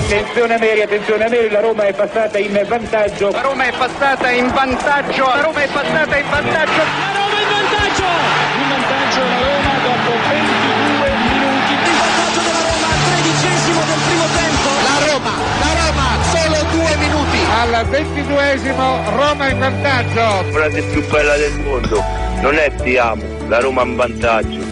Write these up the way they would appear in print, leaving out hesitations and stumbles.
Attenzione a Neri, la Roma è passata in vantaggio. La Roma è passata in vantaggio. La Roma è passata in vantaggio. La Roma in vantaggio. In vantaggio la Roma dopo 22 minuti. Il vantaggio della Roma al 13° del primo tempo. La Roma, solo 2 minuti. Al 22esimo Roma in vantaggio. La frase più bella del mondo non è ti amo, la Roma in vantaggio.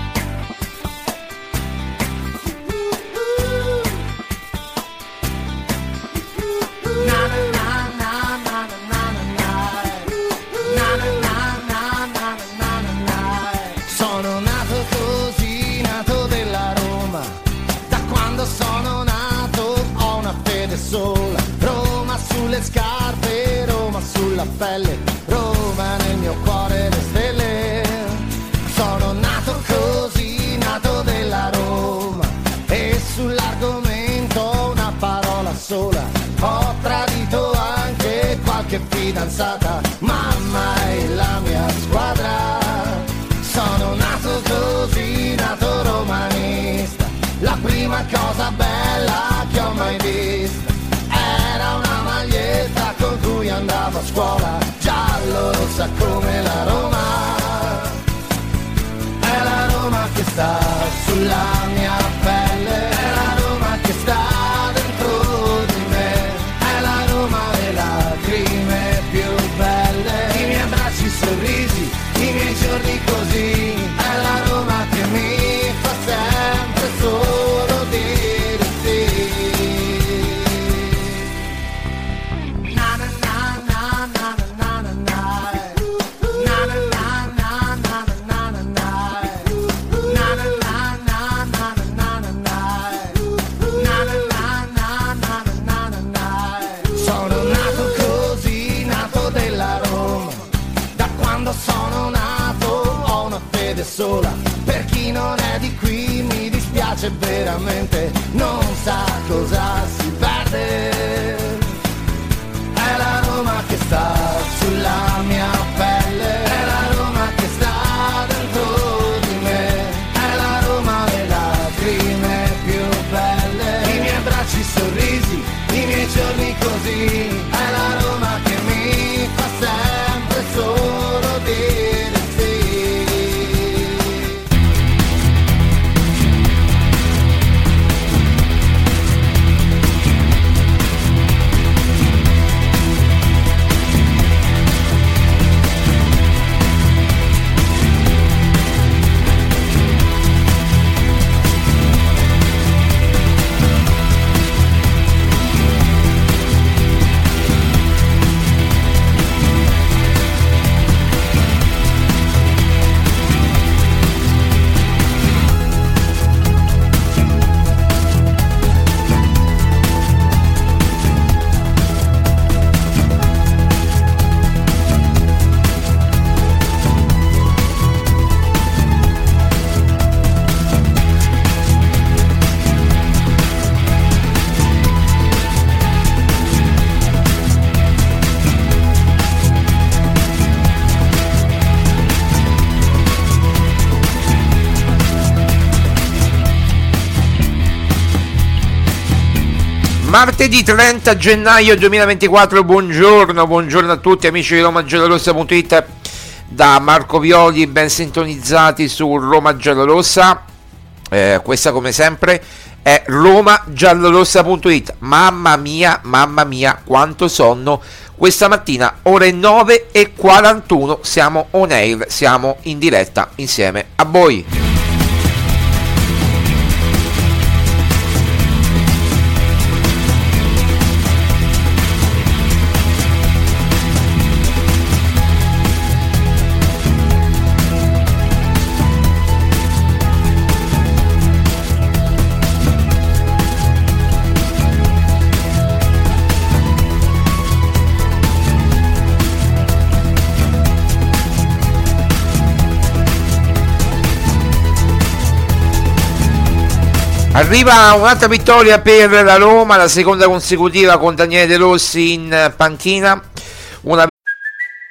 Sono nato così, nato della Roma. Da quando sono nato ho una fede sola. Roma sulle scarpe, Roma sulla pelle, Roma nel mio cuore le stelle. Sono nato così, nato della Roma. E sull'argomento una parola sola. Ho tradito anche qualche fidanzata, mamma è la mia squadra. Sono nato così, nato romanista. La prima cosa bella che ho mai vista era una maglietta con cui andavo a scuola, giallo rossa come la Roma. È la Roma che sta sulla mia pelle, è la Roma che sta dentro di me, è la Roma le lacrime più belle, i miei abbracci, i sorrisi, i miei giorni così, è la Roma che mi fa sempre solo dire sì. Na na na na na na na na na na na na na na na na. Sono nato così, nato della Roma. Da quando sono nato ho una fede sola. Per chi non è di qui mi dispiace veramente, non sa cosa si perde. È la Roma che sta sulla mia pelle, è la Roma che sta dentro di me, è la Roma le lacrime più belle, i miei abbracci, i sorrisi, i miei giorni così, è la Roma che mi fa sempre solo dire sì. Martedì 30 gennaio 2024, buongiorno a tutti amici di RomaGiallorossa.it, da Marco Violi, ben sintonizzati su Roma Giallorossa. Questa come sempre è RomaGiallorossa.it. Mamma mia quanto sonno questa mattina, ore 9:41, siamo on air, siamo in diretta insieme a voi. Arriva un'altra vittoria per la Roma, la seconda consecutiva con Daniele De Rossi in panchina.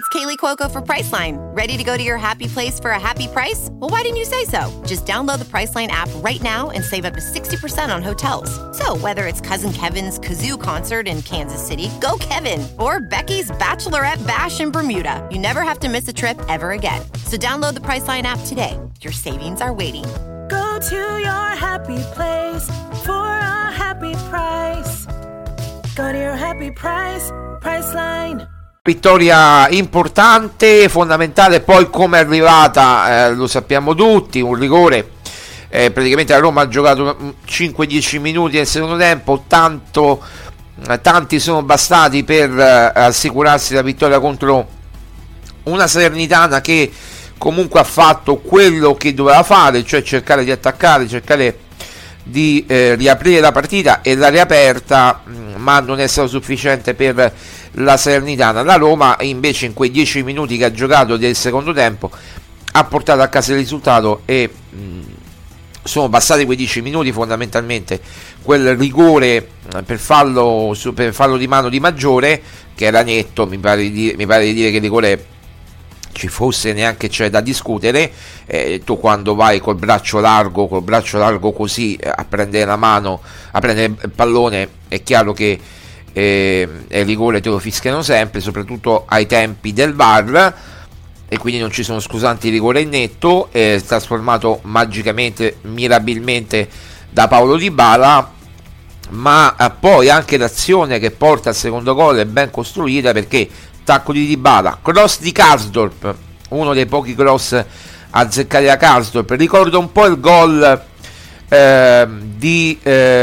it's Kaylee Cuoco for Priceline. Ready to go to your happy place for a happy price? Well, why didn't you say so? Just download the Priceline app right now and save up to 60% on hotels. So whether it's Cousin Kevin's Kazoo Concert in Kansas City, go Kevin, or Becky's Bachelorette Bash in Bermuda, you never have to miss a trip ever again. So download the Priceline app today. Your savings are waiting. Go to your happy place for a happy price. Go to your happy price, Priceline. Vittoria importante, fondamentale, poi come è arrivata lo sappiamo tutti, un rigore, praticamente la Roma ha giocato 5-10 minuti nel secondo tempo, tanti sono bastati per assicurarsi la vittoria contro una Salernitana che comunque ha fatto quello che doveva fare, cioè cercare di attaccare, cercare di riaprire la partita, e l'ha riaperta, ma non è stato sufficiente per la Salernitana. La Roma invece in quei 10 minuti che ha giocato del secondo tempo ha portato a casa il risultato, e sono bastati quei 10 minuti fondamentalmente. Quel rigore per fallo di mano di Maggiore, che era netto, mi pare di dire che il rigore ci fosse, neanche c'è da discutere. Tu quando vai col braccio largo così a prendere la mano, a prendere il pallone, è chiaro che il rigore te lo fischiano sempre, soprattutto ai tempi del VAR, e quindi non ci sono scusanti. Il rigore in netto è trasformato magicamente, mirabilmente da Paulo Dybala, ma poi anche l'azione che porta al secondo gol è ben costruita, perché tacco di Dybala, cross di Karsdorp, uno dei pochi cross azzeccati da Karsdorp, ricorda un po' il gol di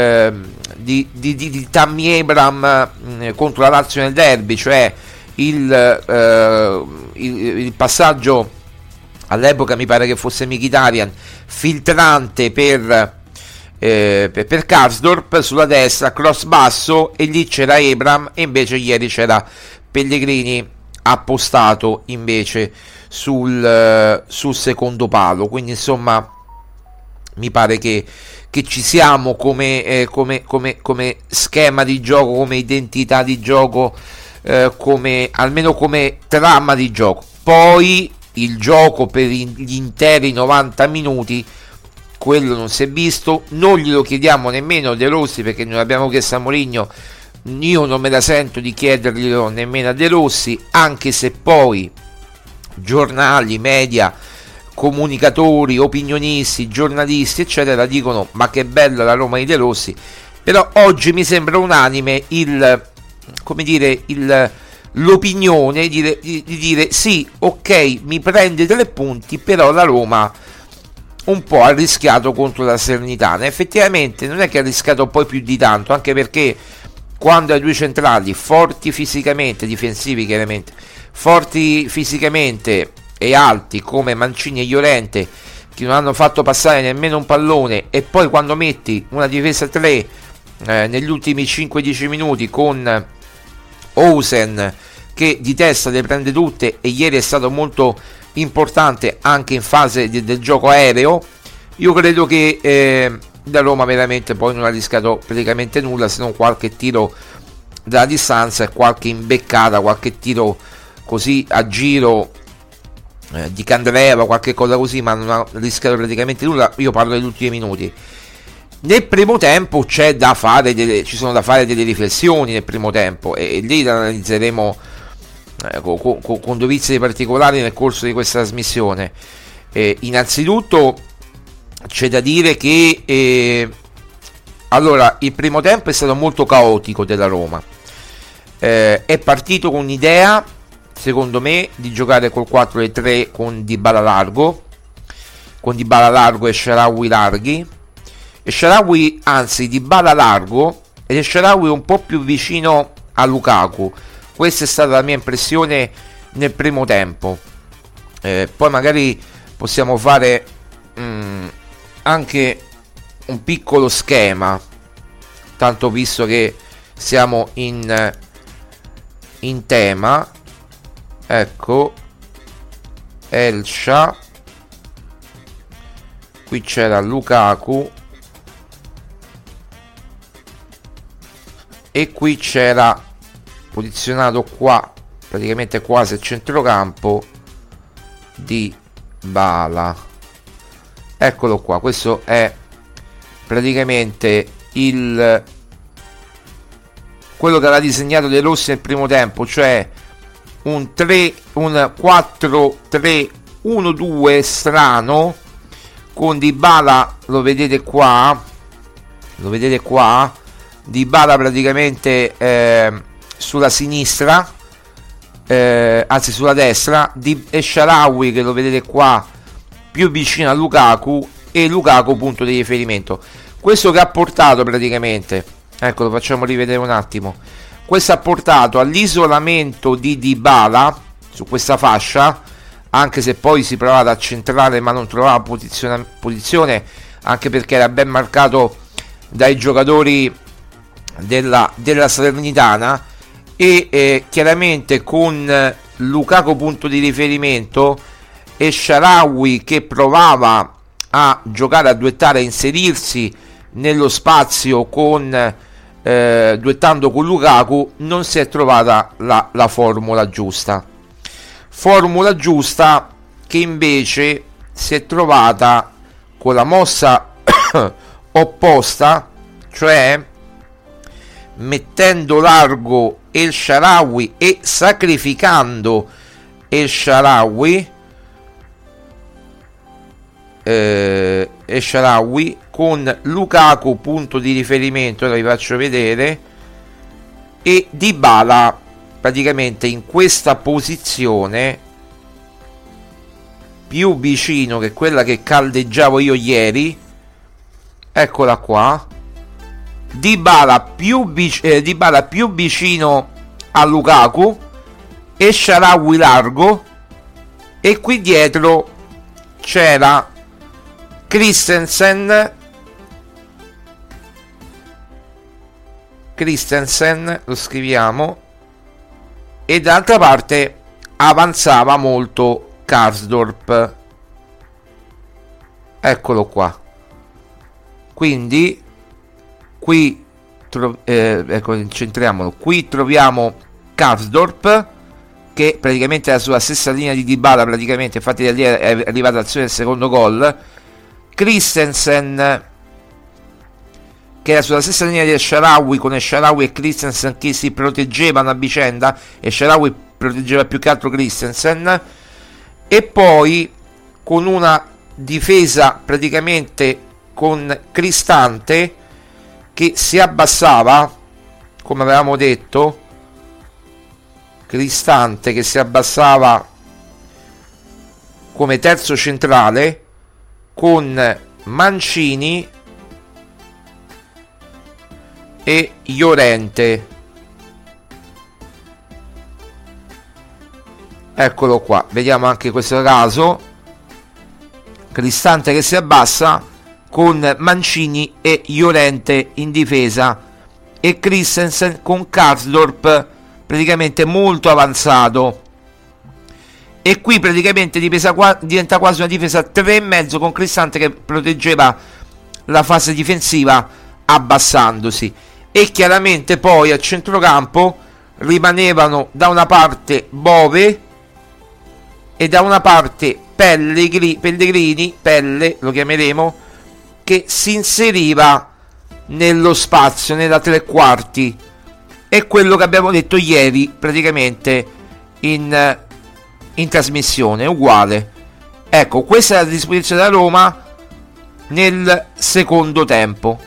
Tammy Abraham contro la Lazio nel derby, cioè il passaggio, all'epoca mi pare che fosse Mkhitaryan, filtrante per Karsdorp sulla destra, cross basso, e lì c'era Abraham, e invece ieri c'era Pellegrini appostato invece sul secondo palo. Quindi insomma mi pare che ci siamo come schema di gioco, come identità di gioco, almeno come trama di gioco. Poi il gioco per gli interi 90 minuti, quello non si è visto, non glielo chiediamo nemmeno De Rossi, perché non abbiamo chiesto a Mourinho. Io non me la sento di chiederglielo nemmeno a De Rossi, anche se poi giornali, media, comunicatori, opinionisti, giornalisti eccetera dicono ma che bella la Roma di De Rossi. Però oggi mi sembra unanime l'opinione di dire sì, ok, mi prende 3 punti, però la Roma un po' ha rischiato contro la Salernitana. Effettivamente non è che ha rischiato poi più di tanto, anche perché quando hai due centrali forti fisicamente, difensivi chiaramente, forti fisicamente e alti come Mancini e Llorente, che non hanno fatto passare nemmeno un pallone, e poi quando metti una difesa 3 negli ultimi 5-10 minuti con Osen che di testa le prende tutte, e ieri è stato molto importante anche in fase del gioco aereo, io credo che da Roma veramente poi non ha rischiato praticamente nulla, se non qualche tiro dalla distanza e qualche imbeccata, qualche tiro così a giro di Candreva, qualche cosa così, ma non ha rischiato praticamente nulla. Io parlo degli ultimi minuti. Nel primo tempo ci sono da fare delle riflessioni nel primo tempo, e lì le analizzeremo con dovizie particolari nel corso di questa trasmissione. Innanzitutto c'è da dire che allora il primo tempo è stato molto caotico della Roma, è partito con un'idea, secondo me, di giocare col 4-3 con Dybala largo e Shaarawy larghi, e Shaarawy, anzi Dybala largo e Shaarawy un po' più vicino a Lukaku. Questa è stata la mia impressione nel primo tempo. Poi magari possiamo fare anche un piccolo schema, tanto visto che siamo in tema. Ecco, Elsha, qui c'era Lukaku e qui c'era posizionato qua praticamente quasi a centrocampo Dybala. Eccolo qua, questo è praticamente quello che aveva disegnato De Rossi nel primo tempo, cioè un 4-3-1-2 strano, con Dybala, lo vedete qua, Dybala praticamente sulla sinistra, anzi sulla destra, e Shaarawy, che lo vedete qua, più vicino a Lukaku, e Lukaku punto di riferimento. Questo che ha portato praticamente, ecco, lo facciamo rivedere un attimo, questo ha portato all'isolamento di Dybala su questa fascia, anche se poi si provava a centrare ma non trovava posizione, anche perché era ben marcato dai giocatori della Salernitana, e chiaramente con Lukaku punto di riferimento e Shaarawy che provava a giocare, a duettare, a inserirsi nello spazio duettando con Lukaku, non si è trovata la formula giusta che invece si è trovata con la mossa opposta, cioè mettendo largo El Shaarawy e sacrificando El Shaarawy con Lukaku punto di riferimento, ora vi faccio vedere, e Dybala praticamente in questa posizione più vicino, che quella che caldeggiavo io ieri, eccola qua, Dybala più vicino a Lukaku e Shaarawy largo, e qui dietro c'era Christensen, lo scriviamo, e dall'altra parte avanzava molto Karsdorp, eccolo qua. Quindi qui ecco, centriamolo, qui troviamo Karsdorp che praticamente era sulla stessa linea di Dybala, praticamente, infatti da lì è arrivata l'azione del secondo gol. Christensen che era sulla stessa linea di Shaarawy, con Shaarawy e Christensen che si proteggevano a vicenda, e Shaarawy proteggeva più che altro Christensen, e poi con una difesa praticamente con Cristante che si abbassava, come avevamo detto, Cristante che si abbassava come terzo centrale, con Mancini e Llorente. Eccolo qua, vediamo anche questo caso, Cristante che si abbassa con Mancini e Llorente in difesa, e Christensen con Karsdorp praticamente molto avanzato, e qui praticamente diventa quasi una difesa 3,5 con Cristante che proteggeva la fase difensiva abbassandosi, e chiaramente poi a centrocampo rimanevano da una parte Bove e da una parte Pellegrini, Pelle lo chiameremo, che si inseriva nello spazio, nella tre quarti. È quello che abbiamo detto ieri praticamente in trasmissione, uguale. Ecco, questa è la disposizione da Roma nel secondo tempo.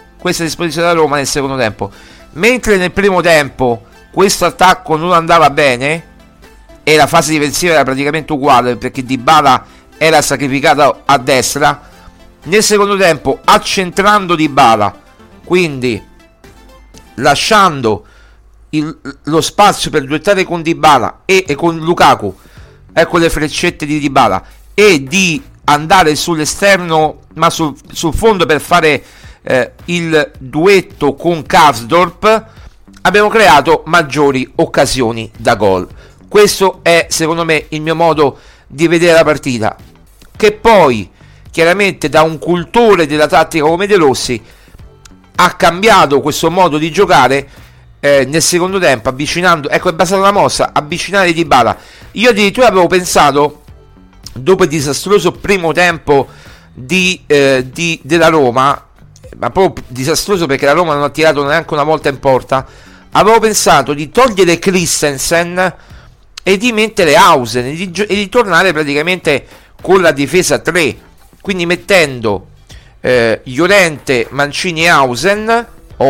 Mentre nel primo tempo questo attacco non andava bene e la fase difensiva era praticamente uguale, perché Dybala era sacrificato a destra, nel secondo tempo accentrando Dybala, quindi lasciando lo spazio per duettare con Dybala e con Lukaku, ecco le freccette di Dybala, e di andare sull'esterno ma sul fondo per fare il duetto con Karsdorp, abbiamo creato maggiori occasioni da gol. Questo è secondo me il mio modo di vedere la partita, che poi chiaramente da un cultore della tattica come De Rossi ha cambiato questo modo di giocare nel secondo tempo, avvicinando, ecco, è basata una mossa, avvicinare Dybala. Io addirittura avevo pensato, dopo il disastroso primo tempo della Roma, ma proprio disastroso perché la Roma non ha tirato neanche una volta in porta, avevo pensato di togliere Christensen e di mettere Hausen e di tornare praticamente con la difesa 3, quindi mettendo Llorente, Mancini e Hausen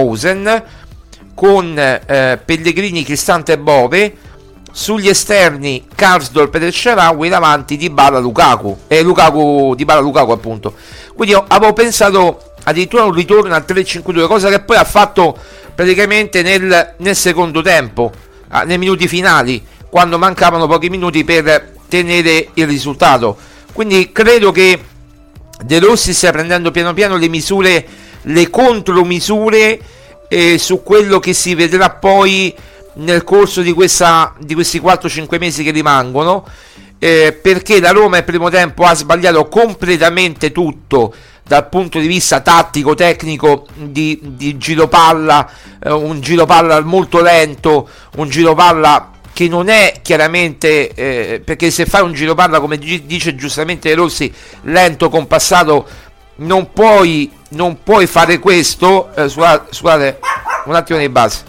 con Pellegrini, Cristante e Bove, sugli esterni Karsdorp e El Shaarawy, davanti Dybala, Lukaku appunto. Quindi avevo pensato addirittura un ritorno al 3-5-2, cosa che poi ha fatto praticamente nel secondo tempo, nei minuti finali, quando mancavano pochi minuti per tenere il risultato. Quindi credo che De Rossi stia prendendo piano piano le contromisure su quello che si vedrà poi nel corso di questi 4-5 mesi che rimangono, perché la Roma il primo tempo ha sbagliato completamente tutto dal punto di vista tattico, tecnico, di giro palla, un giro palla molto lento, un giro palla che non è chiaramente perché se fai un giro palla, come dice giustamente De Rossi, lento, compassato, non puoi fare questo. Scusate un attimo di base.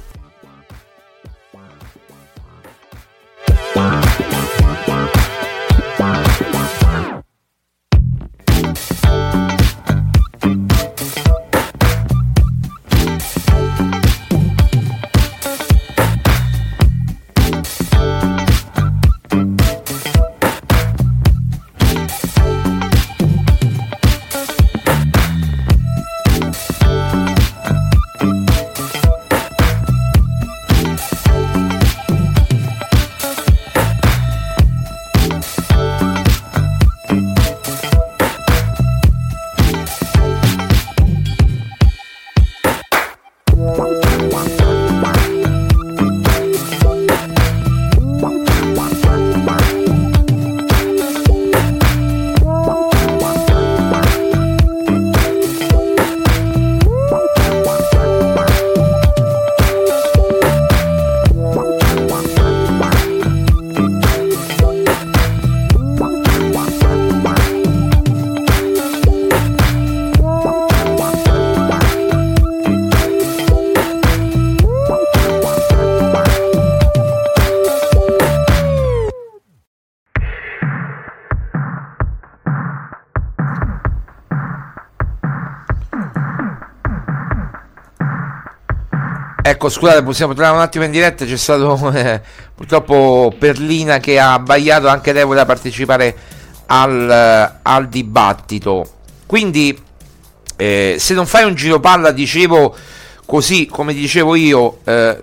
Ecco, scusate, possiamo tornare un attimo in diretta, c'è stato purtroppo Perlina che ha abbaiato, anche lei voleva partecipare al dibattito. Quindi se non fai un giro palla, dicevo così come dicevo io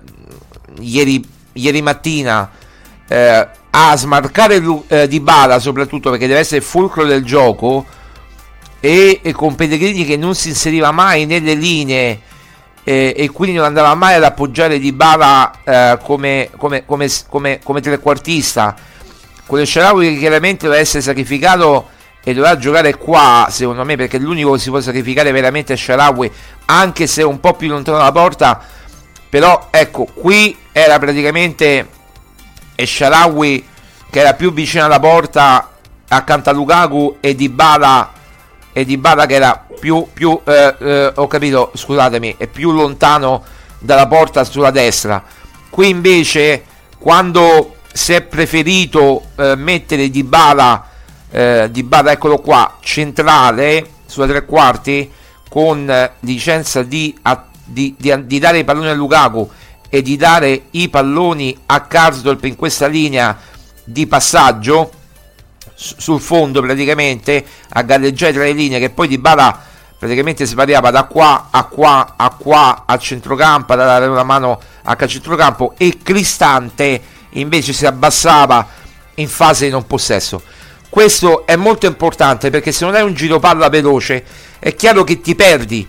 ieri mattina, a smarcare Dybala, soprattutto perché deve essere il fulcro del gioco, e con Pellegrini che non si inseriva mai nelle linee, e quindi non andava mai ad appoggiare Dybala come trequartista, con El Shaarawy che chiaramente doveva essere sacrificato e dovrà giocare qua, secondo me, perché l'unico che si può sacrificare veramente è El Shaarawy, anche se un po' più lontano dalla porta. Però ecco, qui era praticamente El Shaarawy che era più vicino alla porta accanto a Lukaku, e Dybala che era più ho capito, scusatemi, è più lontano dalla porta sulla destra. Qui invece, quando si è preferito mettere Dybala, eccolo qua, centrale sulla tre quarti, con licenza di dare i palloni a Lukaku e di dare i palloni a Karsdorp in questa linea di passaggio sul fondo, praticamente a galleggiare tra le linee, che poi Dybala praticamente svariava da qua a qua a qua a centrocampo, da dare una mano a centrocampo, e Cristante invece si abbassava in fase di non possesso. Questo è molto importante, perché se non hai un giro palla veloce è chiaro che ti perdi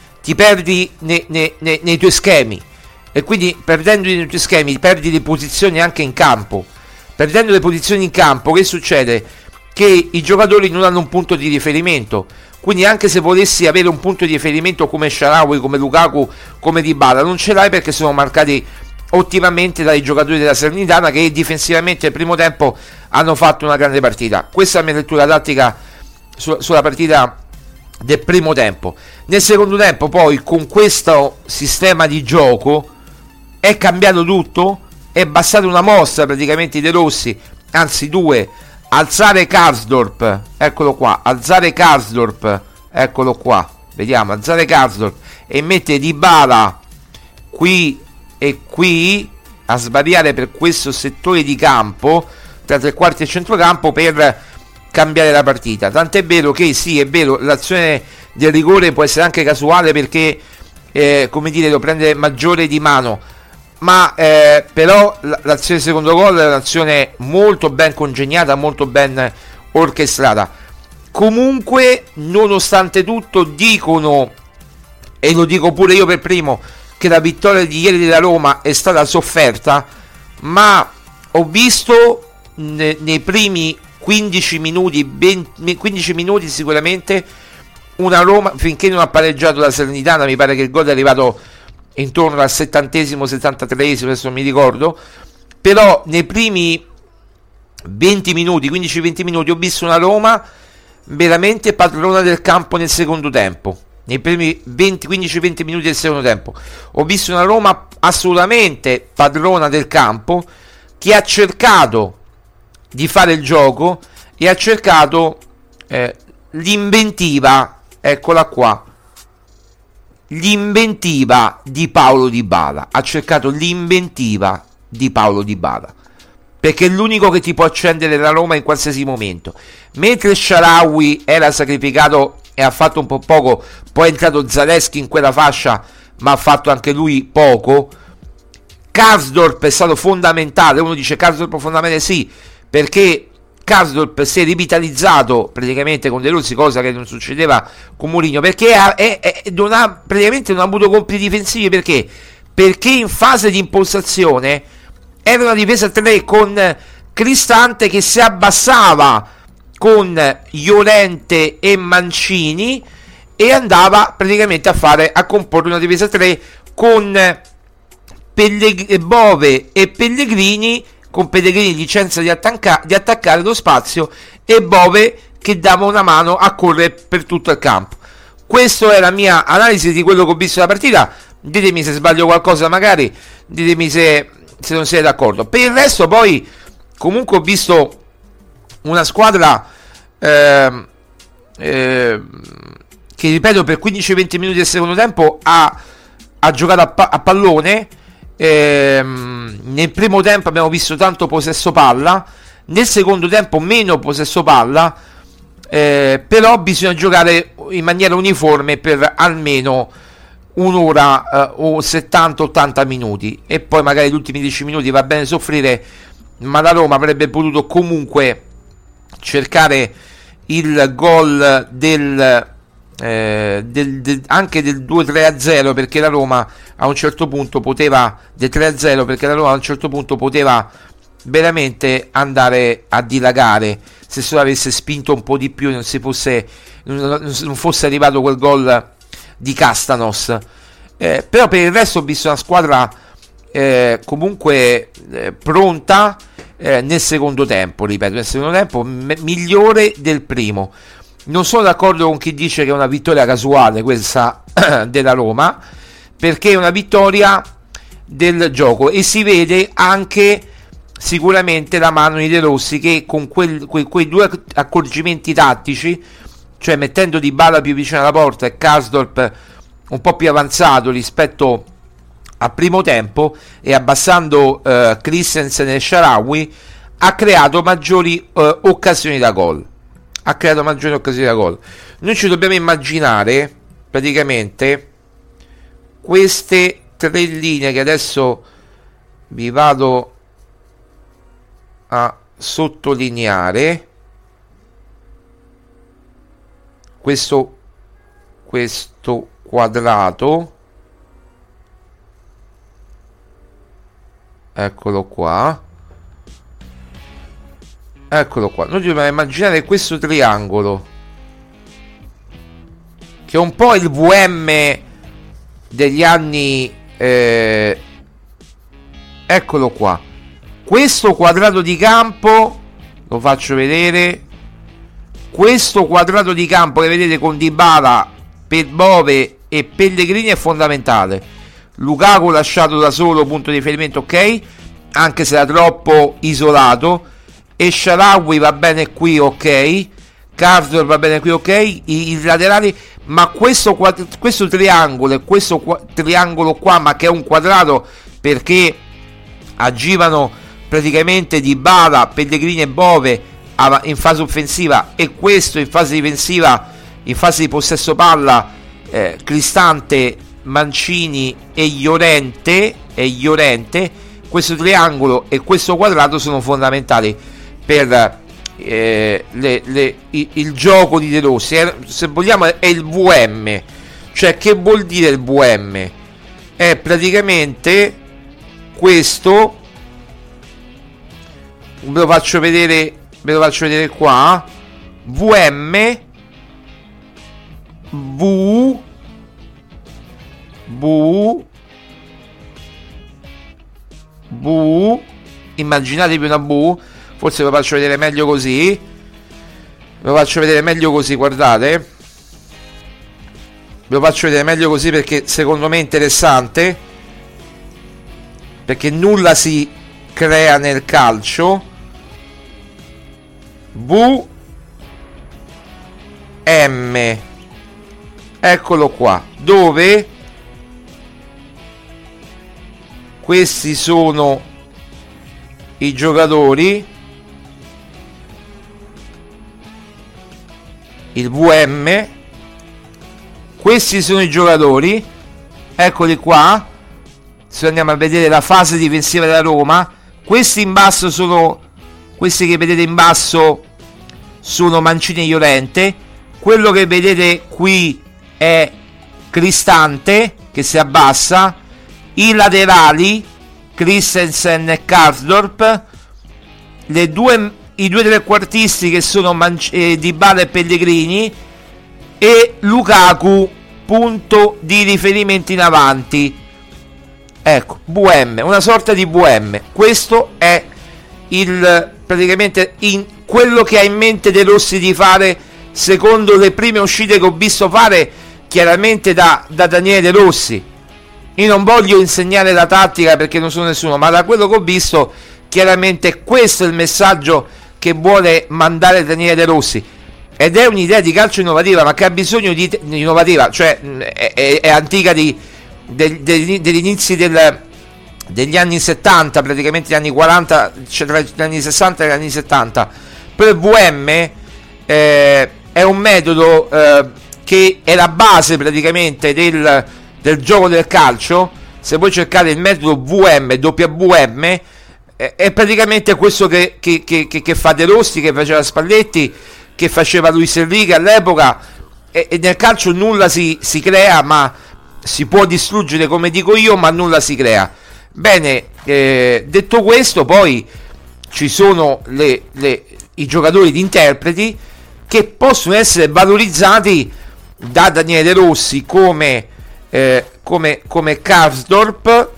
nei tuoi schemi, e quindi perdendo i tuoi schemi perdi le posizioni anche in campo. Perdendo le posizioni in campo, che succede? Che i giocatori non hanno un punto di riferimento. quindi anche se volessi avere un punto di riferimento come Shaarawy, come Lukaku, come Dybala, non ce l'hai, perché sono marcati ottimamente dai giocatori della Salernitana, che difensivamente nel primo tempo hanno fatto una grande partita. Questa è la mia lettura tattica sulla partita del primo tempo. Nel secondo tempo poi, con questo sistema di gioco, è cambiato tutto, è bastata una mossa praticamente dei rossi, anzi due: alzare Karsdorp, eccolo qua, alzare Karsdorp, eccolo qua, vediamo, alzare Karsdorp e mettere Dybala qui e qui a svariare per questo settore di campo tra tre quarti e centrocampo per cambiare la partita. Tant'è vero che sì, è vero, l'azione del rigore può essere anche casuale, perché come dire, lo prende Maggiore di mano, ma però l'azione del secondo gol è un'azione molto ben congegnata, molto ben orchestrata. Comunque, nonostante tutto, dicono, e lo dico pure io per primo, che la vittoria di ieri della Roma è stata sofferta, ma ho visto nei primi 15 minuti sicuramente una Roma, finché non ha pareggiato la Salernitana, mi pare che il gol è arrivato intorno al 70esimo, 73esimo, adesso non mi ricordo, però nei primi 20 minuti, 15-20 minuti, ho visto una Roma veramente padrona del campo nel secondo tempo. Nei primi 15-20 minuti del secondo tempo ho visto una Roma assolutamente padrona del campo, che ha cercato di fare il gioco e ha cercato l'inventiva, eccola qua, l'inventiva di Paulo Dybala. Ha cercato l'inventiva di Paulo Dybala, perché è l'unico che ti può accendere la Roma in qualsiasi momento. Mentre Shaarawy era sacrificato e ha fatto un po' poco, poi è entrato Zalewski in quella fascia, ma ha fatto anche lui poco. Karsdorp è stato fondamentale. Uno dice Karsdorp fondamentale, sì, perché Karsdorp si è rivitalizzato praticamente con De Rossi, cosa che non succedeva con Mourinho, perché praticamente non ha avuto compiti difensivi. Perché in fase di impostazione era una difesa a 3 con Cristante che si abbassava con Llorente e Mancini e andava praticamente a comporre una difesa a 3 con Bove e Pellegrini, con Pellegrini licenza di attaccare lo spazio e Bove che dava una mano a correre per tutto il campo. Questa è la mia analisi di quello che ho visto della partita. Ditemi se sbaglio qualcosa, magari ditemi se non siete d'accordo. Per il resto poi comunque ho visto una squadra che, ripeto, per 15-20 minuti del secondo tempo ha giocato a pallone. Nel primo tempo abbiamo visto tanto possesso palla, nel secondo tempo meno possesso palla, però bisogna giocare in maniera uniforme per almeno un'ora o 70-80 minuti, e poi magari gli ultimi 10 minuti va bene soffrire, ma la Roma avrebbe potuto comunque cercare il gol anche del 2-3-0, perché la Roma a un certo punto poteva, del 3-0, perché la Roma a un certo punto poteva veramente andare a dilagare se solo avesse spinto un po' di più e non fosse arrivato quel gol di Castanos. Però per il resto ho visto una squadra comunque pronta nel secondo tempo, ripeto, nel secondo tempo migliore del primo. Non sono d'accordo con chi dice che è una vittoria casuale questa della Roma, perché è una vittoria del gioco e si vede anche sicuramente la mano di De Rossi, che con quei due accorgimenti tattici, cioè mettendo Dybala più vicino alla porta e Karsdorp un po' più avanzato rispetto al primo tempo e abbassando Christensen e Shaarawy, ha creato maggiori occasioni da gol. Noi ci dobbiamo immaginare praticamente queste tre linee che adesso vi vado a sottolineare. Questo quadrato, eccolo qua. Noi dobbiamo immaginare questo triangolo. che è un po' il VM degli anni, eccolo qua, questo quadrato di campo, lo faccio vedere, questo quadrato di campo che vedete con Dybala, Bove e Pellegrini è fondamentale. Lukaku lasciato da solo, punto di riferimento, ok, anche se era troppo isolato, e Shaarawy va bene qui, ok, Karsdorp va bene qui, ok, i laterali, ma questo triangolo e questo triangolo qua, ma che è un quadrato perché agivano praticamente Dybala, Pellegrini e Bove in fase offensiva, e questo in fase difensiva, in fase di possesso palla, Cristante, Mancini e Llorente. Questo triangolo e questo quadrato sono fondamentali per il gioco di De Rossi. Se vogliamo è il VM. Cioè, che vuol dire il VM? È praticamente questo, ve lo faccio vedere qua, VM immaginatevi una V, forse ve lo faccio vedere meglio così, guardate, ve lo faccio vedere meglio così perché secondo me è interessante, perché nulla si crea nel calcio. VM, eccolo qua, dove questi sono i giocatori, il VM, questi sono i giocatori, eccoli qua. Se andiamo a vedere la fase difensiva della Roma, questi in basso sono, questi che vedete in basso sono Mancini e Llorente, quello che vedete qui è Cristante che si abbassa, i laterali Christensen e Karsdorp, i due trequartisti che sono Dybala e Pellegrini, e Lukaku punto di riferimento in avanti. Ecco, VM, una sorta di VM. Questo è praticamente quello che ha in mente De Rossi di fare, secondo le prime uscite che ho visto fare chiaramente da Daniele De Rossi. Io non voglio insegnare la tattica perché non sono nessuno, ma da quello che ho visto chiaramente questo è il messaggio che vuole mandare Daniele De Rossi, ed è un'idea di calcio innovativa, ma che ha bisogno di innovativa, cioè è antica degli inizi degli anni 70, praticamente gli anni 40, cioè tra gli anni 60 e gli anni 70. Per VM è un metodo che è la base praticamente del gioco del calcio. Se voi cercate il metodo WM è praticamente questo che fa De Rossi, che faceva Spalletti, che faceva Luis Enrique all'epoca, e nel calcio nulla si crea, ma si può distruggere, come dico io, ma nulla si crea. Bene, detto questo, poi ci sono i giocatori di interpreti che possono essere valorizzati da Daniele De Rossi come Karsdorp,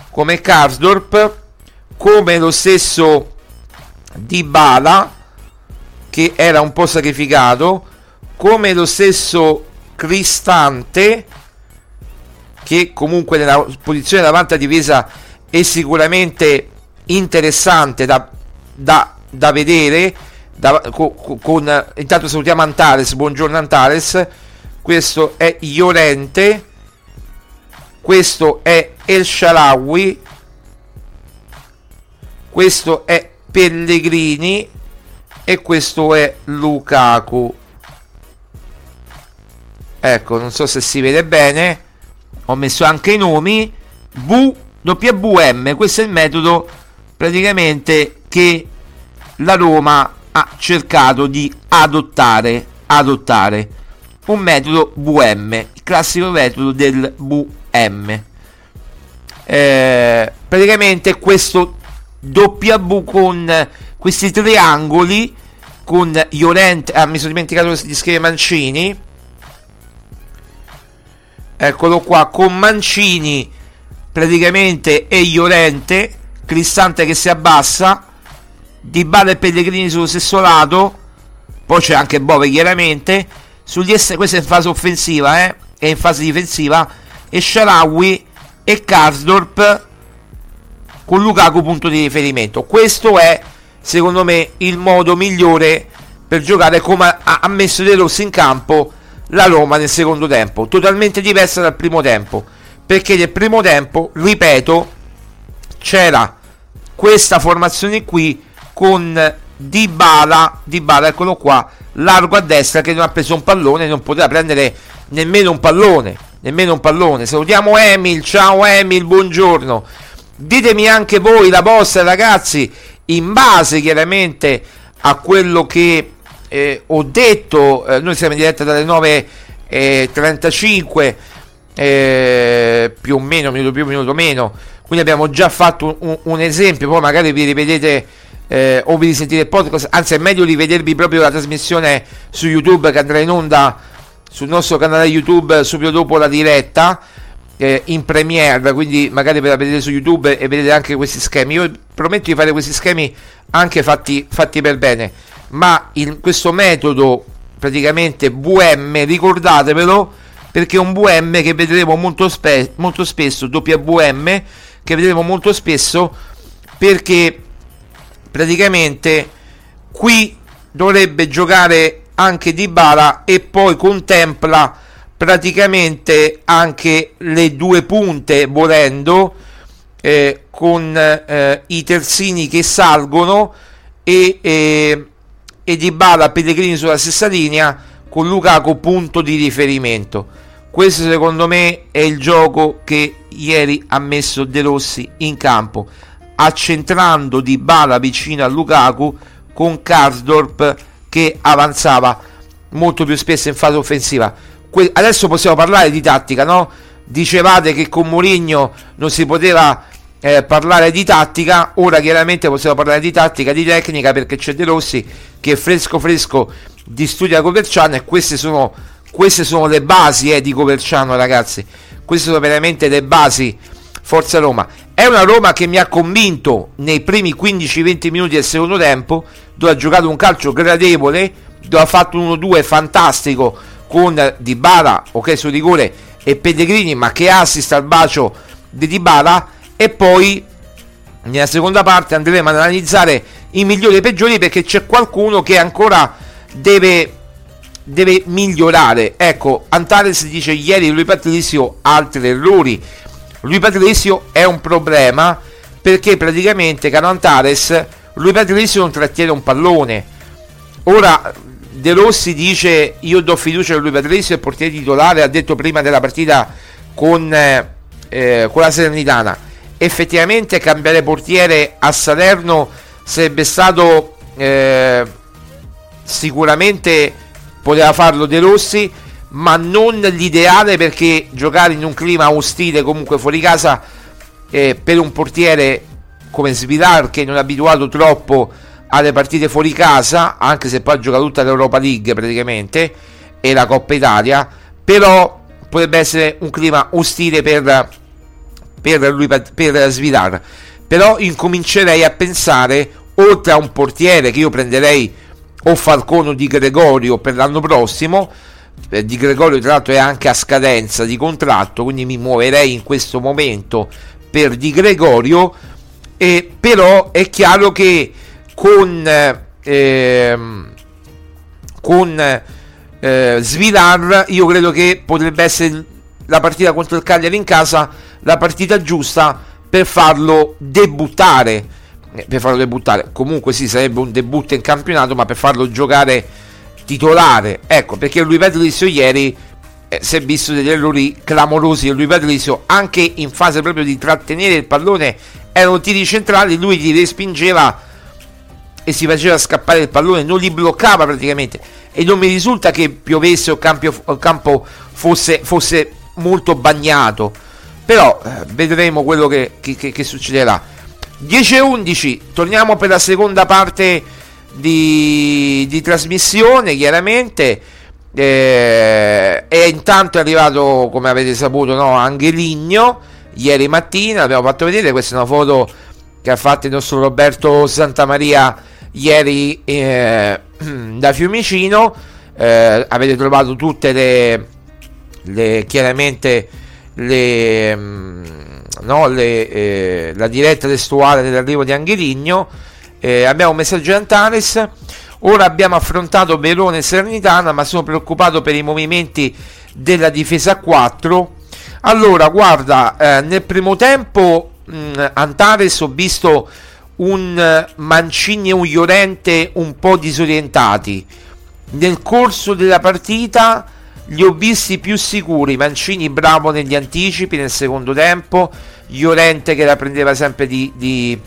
come lo stesso Dybala, che era un po' sacrificato, come lo stesso Cristante, che comunque nella posizione davanti a difesa è sicuramente interessante da vedere. Intanto salutiamo Antares, buongiorno Antares. Questo è Llorente, questo è El Shaarawy, questo è Pellegrini e questo è Lukaku. Ecco, non so se si vede bene, ho messo anche i nomi. WM, questo è il metodo praticamente che la Roma ha cercato di adottare un metodo VM, il classico metodo del VM. Praticamente questo W con questi triangoli, con Llorente, mi sono dimenticato di scrivere Mancini, eccolo qua, con Mancini praticamente e Llorente, Cristante che si abbassa, Dybala e Pellegrini sullo stesso lato, poi c'è anche Bove chiaramente, sugli questa è in fase offensiva, e in fase difensiva, e Shaarawy e Karsdorp con Lukaku punto di riferimento. Questo è secondo me il modo migliore per giocare, come ha messo De Rossi in campo la Roma nel secondo tempo, totalmente diversa dal primo tempo, perché nel primo tempo, ripeto, c'era questa formazione qui con Dybala, eccolo qua, largo a destra, che non ha preso un pallone, non poteva prendere nemmeno un pallone. Salutiamo Emil, ciao Emil, buongiorno. Ditemi anche voi la vostra, ragazzi, in base chiaramente a quello che ho detto. Noi siamo in diretta dalle 9:35, più o meno, minuto più, minuto meno, quindi abbiamo già fatto un esempio, poi magari vi rivedete o vi risentite il podcast, anzi è meglio rivedervi proprio la trasmissione su YouTube, che andrà in onda sul nostro canale YouTube subito dopo la diretta in premiere, quindi magari ve la vedete su YouTube e vedete anche questi schemi. Io prometto di fare questi schemi anche fatti per bene, ma questo metodo praticamente VM, ricordatevelo, perché è un VM che vedremo molto spesso, WM, che vedremo molto spesso, perché praticamente qui dovrebbe giocare anche Dybala e poi contempla praticamente anche le due punte, volendo, con i terzini che salgono e Dybala, Pellegrini sulla stessa linea, con Lukaku punto di riferimento. Questo secondo me è il gioco che ieri ha messo De Rossi in campo, accentrando Dybala vicino a Lukaku, con Karsdorp che avanzava molto più spesso in fase offensiva. Adesso possiamo parlare di tattica, no? Dicevate che con Mourinho non si poteva parlare di tattica, ora chiaramente possiamo parlare di tattica, di tecnica, perché c'è De Rossi che è fresco di studio a Coverciano, e queste sono le basi di Coverciano, ragazzi. Queste sono veramente le basi. Forza Roma. È una Roma che mi ha convinto nei primi 15-20 minuti del secondo tempo, dove ha giocato un calcio gradevole, dove ha fatto 1-2 fantastico con Dybala, ok, su rigore, e Pellegrini, ma che assist al bacio di Dybala. E poi nella seconda parte andremo ad analizzare i migliori e i peggiori, perché c'è qualcuno che ancora deve migliorare. Ecco, Antares dice ieri Rui Patricio altri errori. Rui Patricio è un problema, perché praticamente, caro Antares, Rui Patricio non trattiene un pallone. Ora De Rossi dice io do fiducia a Rui Patricio, il portiere titolare, ha detto prima della partita con la Salernitana. Effettivamente cambiare portiere a Salerno sarebbe stato sicuramente, poteva farlo De Rossi, ma non l'ideale, perché giocare in un clima ostile, comunque fuori casa, per un portiere come Svilar, che non è abituato troppo alle partite fuori casa, anche se poi gioca tutta l'Europa League praticamente e la Coppa Italia, però potrebbe essere un clima ostile per Svilar. Però incomincerei a pensare, oltre a un portiere che io prenderei o Falcone o Di Gregorio per l'anno prossimo. Di Gregorio tra l'altro è anche a scadenza di contratto, quindi mi muoverei in questo momento per Di Gregorio, però è chiaro che con Svilar io credo che potrebbe essere la partita contro il Cagliari in casa la partita giusta per farlo debuttare. Comunque sì, sarebbe un debutto in campionato, ma per farlo giocare titolare, ecco, perché Rui Patricio ieri si è visto degli errori clamorosi. Rui Patricio, anche in fase proprio di trattenere il pallone, erano tiri centrali, lui li respingeva e si faceva scappare il pallone, non li bloccava praticamente, e non mi risulta che piovesse o il campo fosse molto bagnato, però vedremo quello che succederà. 10:11, torniamo per la seconda parte di trasmissione, chiaramente e intanto è arrivato, come avete saputo, no, Angeligno ieri mattina, l'abbiamo fatto vedere. Questa è una foto che ha fatto il nostro Roberto Santamaria ieri da Fiumicino. Avete trovato tutte chiaramente la diretta testuale dell'arrivo di Angeligno. Abbiamo un messaggio di Antares. Ora abbiamo affrontato Verona e Salernitana, ma sono preoccupato per i movimenti della difesa a 4. Allora, guarda, nel primo tempo Antares, ho visto un Mancini e un Llorente un po' disorientati. Nel corso della partita li ho visti più sicuri. Mancini bravo negli anticipi nel secondo tempo, Llorente che la prendeva sempre di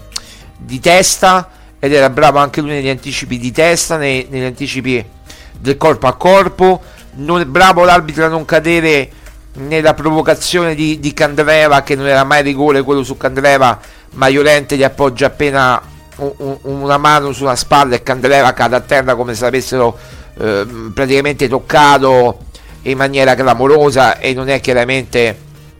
testa, ed era bravo anche lui negli anticipi di testa, negli anticipi del corpo a corpo. Non è bravo l'arbitro a non cadere nella provocazione di Candreva, che non era mai rigore quello su Candreva, ma Llorente gli appoggia appena una mano sulla spalla e Candreva cade a terra come se l'avessero praticamente toccato in maniera clamorosa, e non è chiaramente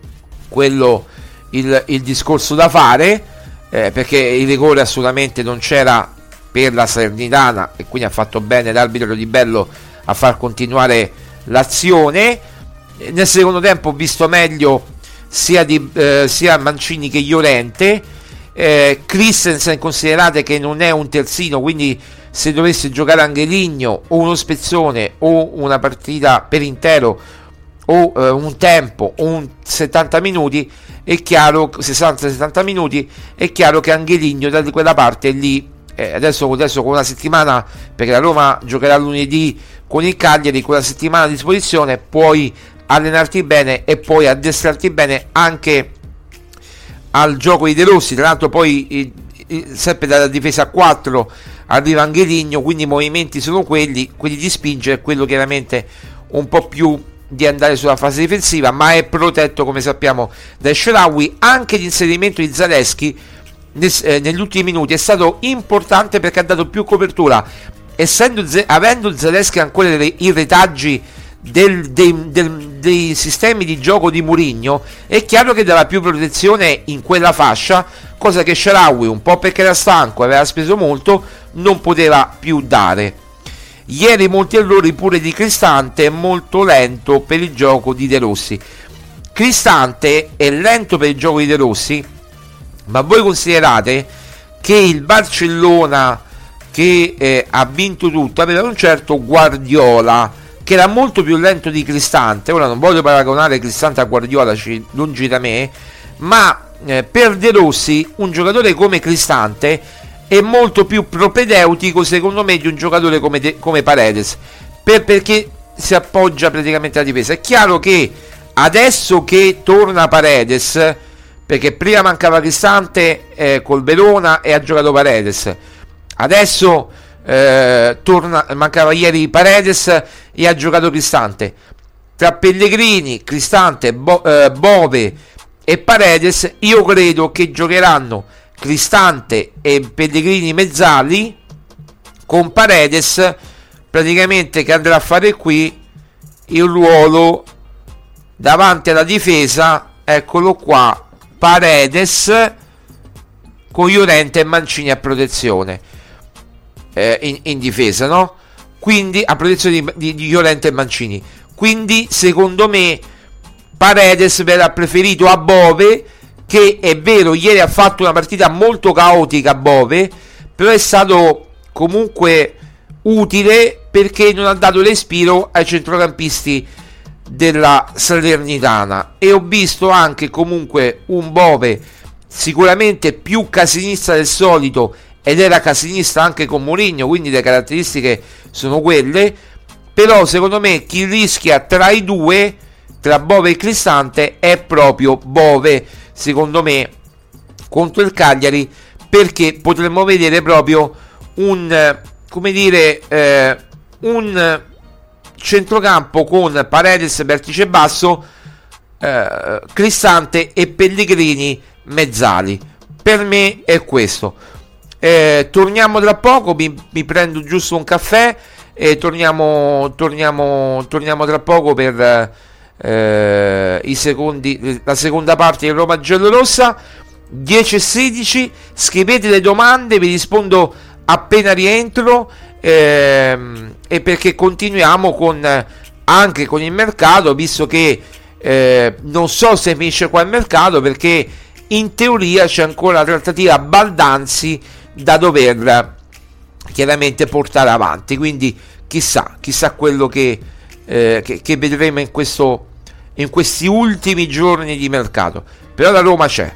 quello il discorso da fare, perché il rigore assolutamente non c'era per la Salernitana, e quindi ha fatto bene l'arbitro Di Bello a far continuare l'azione. Nel secondo tempo ho visto meglio sia Mancini che Llorente. Christensen, considerate che non è un terzino, quindi se dovesse giocare Angeligno o uno spezzone o una partita per intero o un tempo o un 70 minuti, è chiaro, 60-70 minuti, è chiaro che Angeligno da quella parte lì, adesso con una settimana, perché la Roma giocherà lunedì con il Cagliari, con la settimana a disposizione puoi allenarti bene e puoi addestrarti bene anche al gioco di De Rossi. Tra l'altro poi sempre dalla difesa a 4 arriva Angeligno, quindi i movimenti sono quelli di spingere, quello chiaramente un po' più di andare sulla fase difensiva, ma è protetto, come sappiamo, da Shaarawy. Anche l'inserimento di Zalewski negli ultimi minuti è stato importante, perché ha dato più copertura, avendo Zalewski ancora i retaggi dei sistemi di gioco di Mourinho. È chiaro che dava più protezione in quella fascia, cosa che Shaarawy, un po' perché era stanco, aveva speso molto, non poteva più dare. Ieri molti errori pure di Cristante, molto lento per il gioco di De Rossi. Cristante è lento per il gioco di De Rossi, ma voi considerate che il Barcellona, che ha vinto tutto, aveva un certo Guardiola che era molto più lento di Cristante. Ora non voglio paragonare Cristante a Guardiola, lungi da me, ma per De Rossi un giocatore come Cristante è molto più propedeutico, secondo me, di un giocatore come Paredes, perché si appoggia praticamente alla difesa. È chiaro che adesso che torna Paredes, perché prima mancava Cristante col Verona e ha giocato Paredes, adesso mancava ieri Paredes e ha giocato Cristante. Tra Pellegrini, Cristante, Bove e Paredes, io credo che giocheranno Cristante e Pellegrini mezzali, con Paredes praticamente che andrà a fare qui il ruolo davanti alla difesa. Eccolo qua, Paredes con Llorente e Mancini a protezione, in difesa, no? Quindi a protezione di Llorente e Mancini. Quindi secondo me Paredes verrà preferito a Bove, che è vero ieri ha fatto una partita molto caotica Bove, però è stato comunque utile perché non ha dato respiro ai centrocampisti della Salernitana. E ho visto anche comunque un Bove sicuramente più casinista del solito, ed era casinista anche con Mourinho, quindi le caratteristiche sono quelle. Però secondo me chi rischia tra i due, tra Bove e Cristante, è proprio Bove, secondo me, contro il Cagliari, perché potremmo vedere proprio un centrocampo con Paredes vertice basso, Cristante e Pellegrini mezzali. Per me è questo. Torniamo tra poco, mi prendo giusto un caffè e torniamo tra poco per la seconda parte di Roma Giallorossa. 10:16, scrivete le domande, vi rispondo appena rientro, e perché continuiamo anche con il mercato, visto che non so se finisce qua il mercato, perché in teoria c'è ancora la trattativa Baldanzi da dover chiaramente portare avanti, quindi chissà quello che vedremo in questi ultimi giorni di mercato. Però la Roma c'è.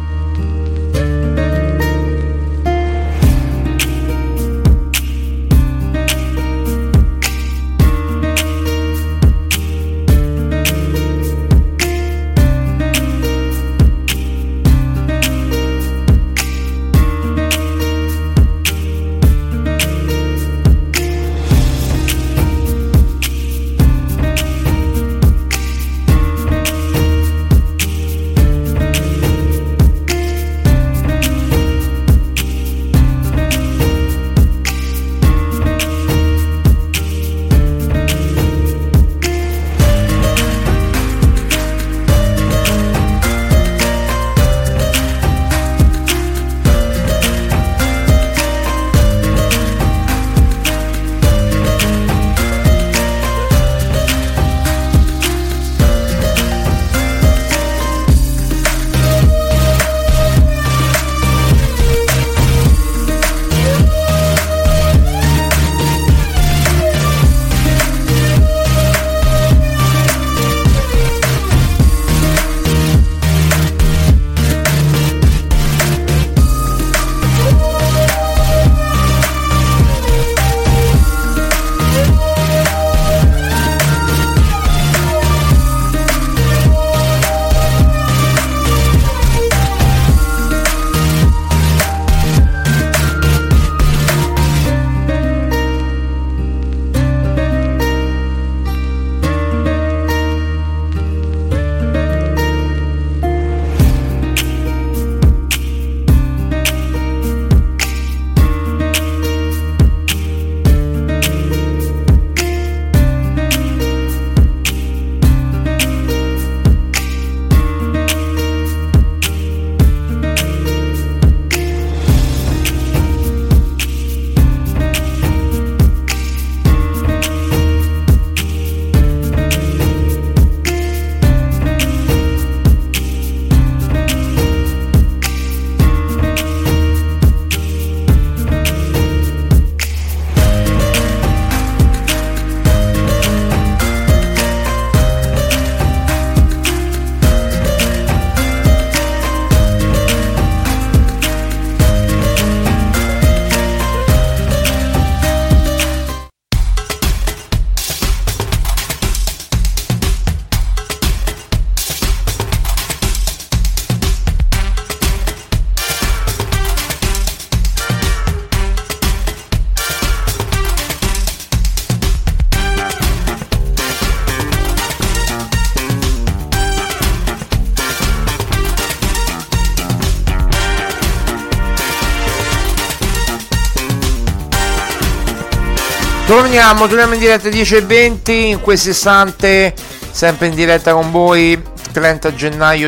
Torniamo in diretta 10:20 in questo istante, sempre in diretta con voi, 30 gennaio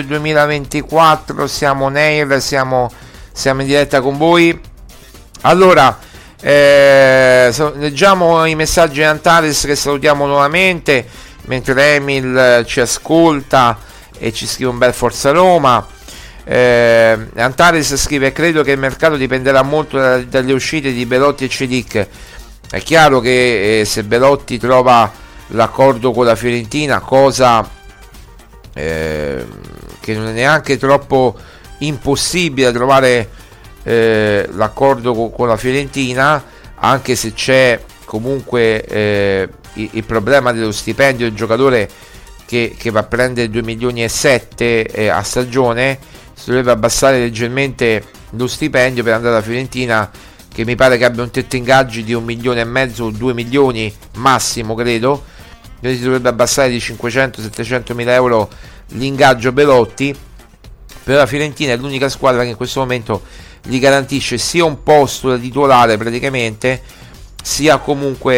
2024, siamo on air, siamo in diretta con voi. Allora, leggiamo i messaggi di Antares, che salutiamo nuovamente, mentre Emil ci ascolta e ci scrive un bel Forza Roma. Antares scrive: credo che il mercato dipenderà molto dalle uscite di Belotti e Celic. È chiaro che se Belotti trova l'accordo con la Fiorentina, cosa che non è neanche troppo impossibile trovare l'accordo con la Fiorentina, anche se c'è comunque il problema dello stipendio del giocatore che va a prendere 2,7 milioni a stagione, si dovrebbe abbassare leggermente lo stipendio per andare alla Fiorentina, che mi pare che abbia un tetto ingaggi di 1,5 milioni o 2 milioni massimo, credo. Quindi si dovrebbe abbassare di 500-700 mila euro l'ingaggio Belotti. Però la Fiorentina è l'unica squadra che in questo momento gli garantisce sia un posto da titolare praticamente, sia comunque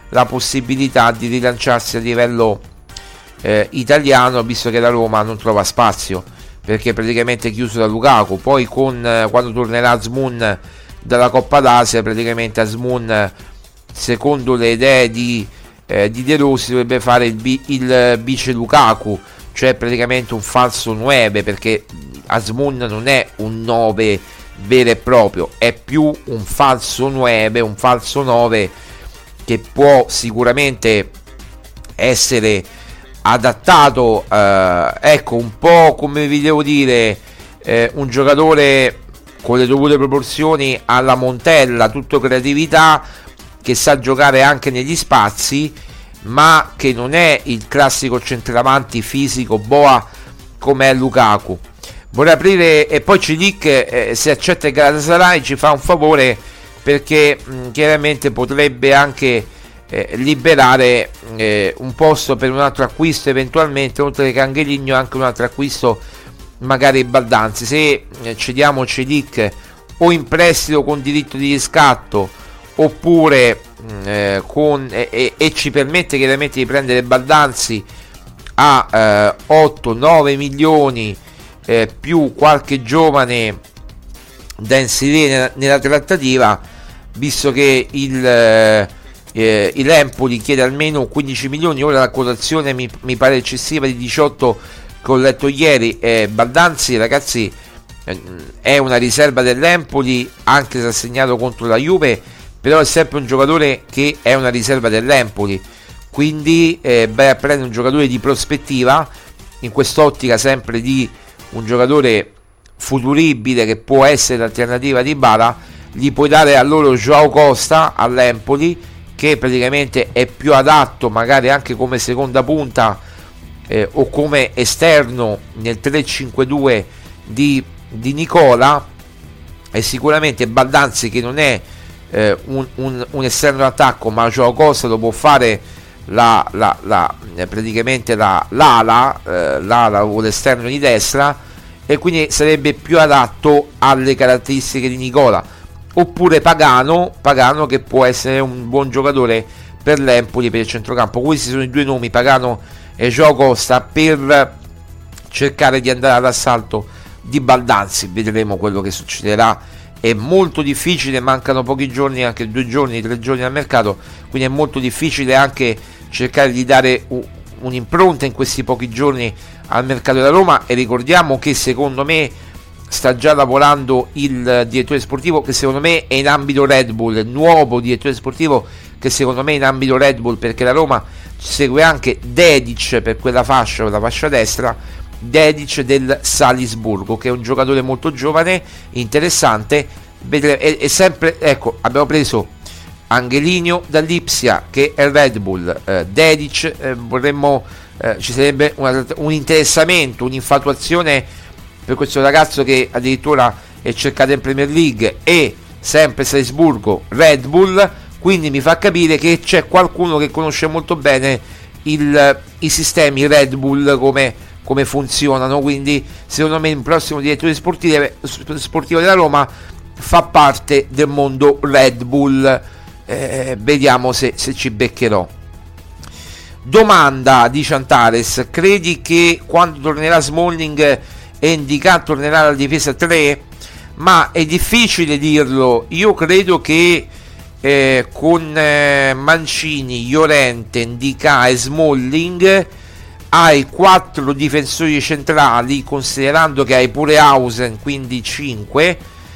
la possibilità di rilanciarsi a livello italiano, visto che la Roma non trova spazio, perché è praticamente chiuso da Lukaku. Poi quando tornerà Azmoun dalla Coppa d'Asia, praticamente Azmoun, secondo le idee di De Rossi, dovrebbe fare il vice Lukaku, cioè praticamente un falso 9, perché Azmoun non è un 9 vero e proprio, è più un falso 9, un falso 9 che può sicuramente essere adattato, ecco, un po' come vi devo dire, un giocatore con le dovute proporzioni alla Montella, tutto creatività, che sa giocare anche negli spazi, ma che non è il classico centravanti fisico boa come è Lukaku. Vorrei aprire, e poi Celik, se accetta il Galatasaray, ci fa un favore, perché chiaramente potrebbe anche liberare un posto per un altro acquisto eventualmente, oltre che Angeligno anche un altro acquisto, magari Baldanzi. Se cediamo Celik o in prestito con diritto di riscatto, oppure e ci permette chiaramente di prendere Baldanzi a 8-9 milioni più qualche giovane da inserire nella trattativa, visto che il Empoli chiede almeno 15 milioni. Ora la quotazione mi pare eccessiva di 18 che ho letto ieri. Baldanzi, ragazzi, è una riserva dell'Empoli, anche se ha segnato contro la Juve, però è sempre un giocatore che è una riserva dell'Empoli, quindi vai a prendere un giocatore di prospettiva, in quest'ottica sempre di un giocatore futuribile che può essere l'alternativa di Dybala. Gli puoi dare a loro Joao Costa all'Empoli, che praticamente è più adatto magari anche come seconda punta o come esterno nel 3-5-2 di Nicola, e sicuramente Baldanzi, che non è un esterno d'attacco, ma Joao Costa lo può fare praticamente l'ala o l'esterno di destra, e quindi sarebbe più adatto alle caratteristiche di Nicola. Oppure Pagano, che può essere un buon giocatore per l'Empoli, per il centrocampo. Questi sono i due nomi, Pagano e Joao Costa, per cercare di andare all'assalto di Baldanzi. Vedremo quello che succederà. È molto difficile, mancano pochi giorni, anche 2 giorni, 3 giorni al mercato, quindi è molto difficile anche cercare di dare un'impronta in questi pochi giorni al mercato della Roma. E ricordiamo che secondo me sta già lavorando il direttore sportivo, che secondo me è in ambito Red Bull, il nuovo direttore sportivo che secondo me è in ambito Red Bull, perché la Roma segue anche Dedic per quella fascia, per la fascia destra, Dedic del Salisburgo, che è un giocatore molto giovane, interessante. E sempre, ecco, abbiamo preso Angeligno dall'Ipsia, che è Red Bull, Dedic, vorremmo, ci sarebbe un interessamento, un'infatuazione per questo ragazzo che addirittura è cercato in Premier League, e sempre Salisburgo, Red Bull, quindi mi fa capire che c'è qualcuno che conosce molto bene i sistemi Red Bull, come funzionano. Quindi secondo me il prossimo direttore sportivo della Roma fa parte del mondo Red Bull. Vediamo se ci beccherò. Domanda, dice Antares: credi che quando tornerà Smalling e Ndicà tornerà alla difesa 3? Ma è difficile dirlo. Io credo che con Mancini, Llorente, Ndicà e Smalling hai 4 difensori centrali, considerando che hai pure Hausen, quindi 5.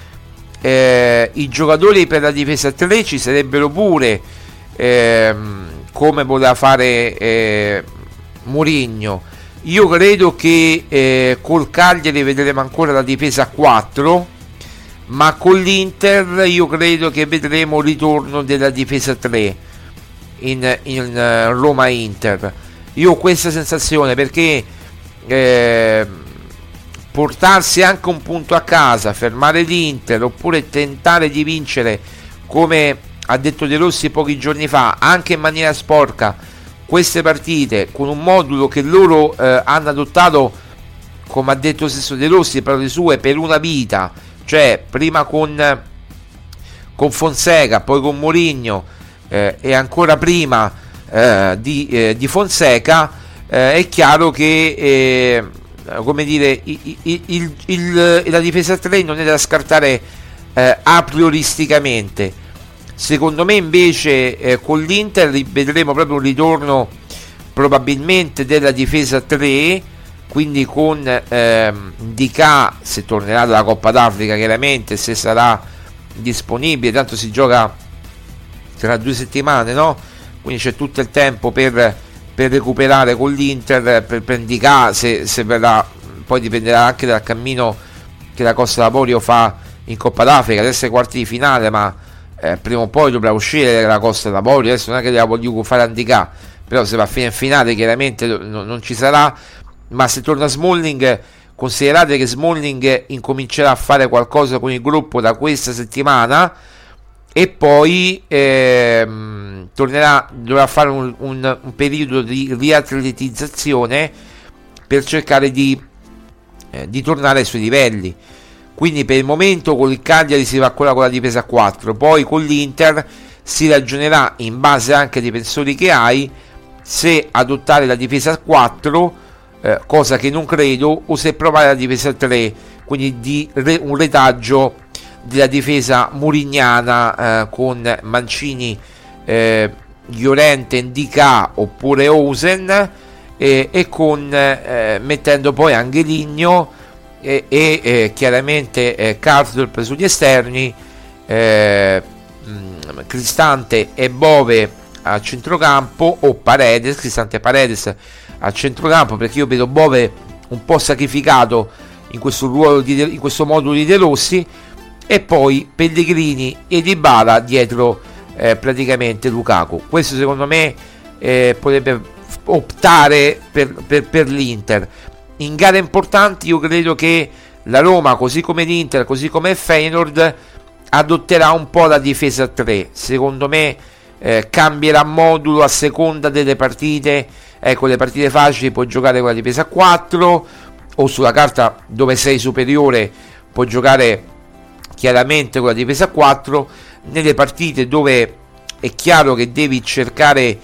I giocatori per la difesa 3 ci sarebbero pure, come voleva fare Mourinho. Io credo che col Cagliari vedremo ancora la difesa 4, ma con l'Inter io credo che vedremo il ritorno della difesa 3 in Roma-Inter. Io ho questa sensazione, perché portarsi anche un punto a casa, fermare l'Inter, oppure tentare di vincere, come ha detto De Rossi pochi giorni fa, anche in maniera sporca, queste partite, con un modulo che loro hanno adottato, come ha detto stesso De Rossi, parole sue, per una vita, cioè prima con Fonseca, poi con Mourinho, e ancora prima di Fonseca, è chiaro che come dire, la difesa 3 non è da scartare a prioristicamente. Secondo me invece con l'Inter vedremo proprio un ritorno probabilmente della difesa 3, quindi con Ndicà, se tornerà dalla Coppa d'Africa chiaramente, se sarà disponibile, tanto si gioca tra 2 settimane, no? Quindi c'è tutto il tempo per recuperare con l'Inter, per Ndicà, se verrà, poi dipenderà anche dal cammino che la Costa d'Avorio fa in Coppa d'Africa. Adesso è quarti di finale, ma prima o poi dovrà uscire dalla Costa d'Avorio. Adesso non è che la voglio fare a Ndicà, però se va fino in finale chiaramente non ci sarà. Ma se torna Smalling, considerate che Smalling incomincerà a fare qualcosa con il gruppo da questa settimana, e poi dovrà fare un periodo di riatletizzazione per cercare di tornare ai suoi livelli. Quindi per il momento con il Cagliari si va ancora con la difesa a 4, poi con l'Inter si ragionerà in base anche ai difensori che hai se adottare la difesa a 4, cosa che non credo, o se provare la difesa a 3, quindi un retaggio della difesa murignana con Mancini, Llorente, Ndicà oppure Osen, e con mettendo poi Angeligno e chiaramente Karsdorp sugli esterni, Cristante e Bove a centrocampo, o Cristante e Paredes a centrocampo, perché io vedo Bove un po' sacrificato in questo ruolo in questo modulo di De Rossi, e poi Pellegrini e Dybala dietro praticamente Lukaku. Questo secondo me potrebbe optare per l'Inter. In gare importanti io credo che la Roma, così come l'Inter, così come il Feyenoord, adotterà un po' la difesa 3. Secondo me cambierà modulo a seconda delle partite. Ecco, le partite facili puoi giocare con la difesa a 4, o sulla carta dove sei superiore puoi giocare chiaramente con la difesa a 4. Nelle partite dove è chiaro che devi cercare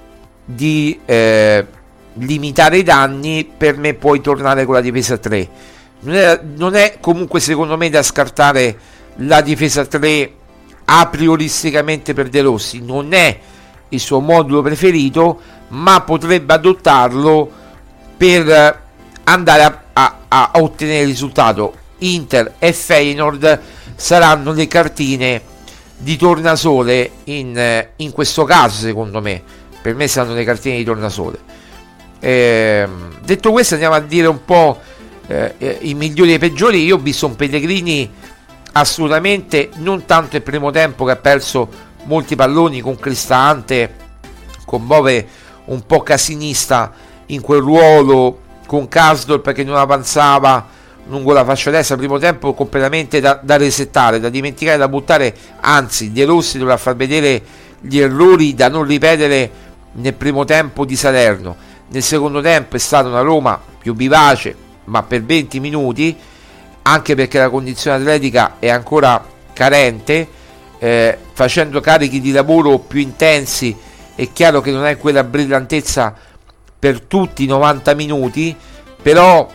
di limitare i danni, per me puoi tornare con la difesa 3. Non è comunque secondo me da scartare la difesa 3 a prioristicamente per De Rossi, non è il suo modulo preferito, ma potrebbe adottarlo per andare a ottenere il risultato. Inter e Feyenoord saranno le cartine di tornasole in questo caso, secondo me. Per me saranno le cartine di tornasole. Detto questo, andiamo a dire un po' i migliori e i peggiori. Io ho visto un Pellegrini assolutamente non tanto il primo tempo, che ha perso molti palloni con Cristante, con Bove un po' casinista in quel ruolo, con Karsdorp che non avanzava lungo la fascia destra. Primo tempo completamente da resettare, da dimenticare, da buttare. Anzi, De Rossi dovrà far vedere gli errori da non ripetere nel primo tempo di Salerno. Nel secondo tempo è stata una Roma più vivace, ma per 20 minuti, anche perché la condizione atletica è ancora carente, facendo carichi di lavoro più intensi. È chiaro che non è quella brillantezza per tutti i 90 minuti, però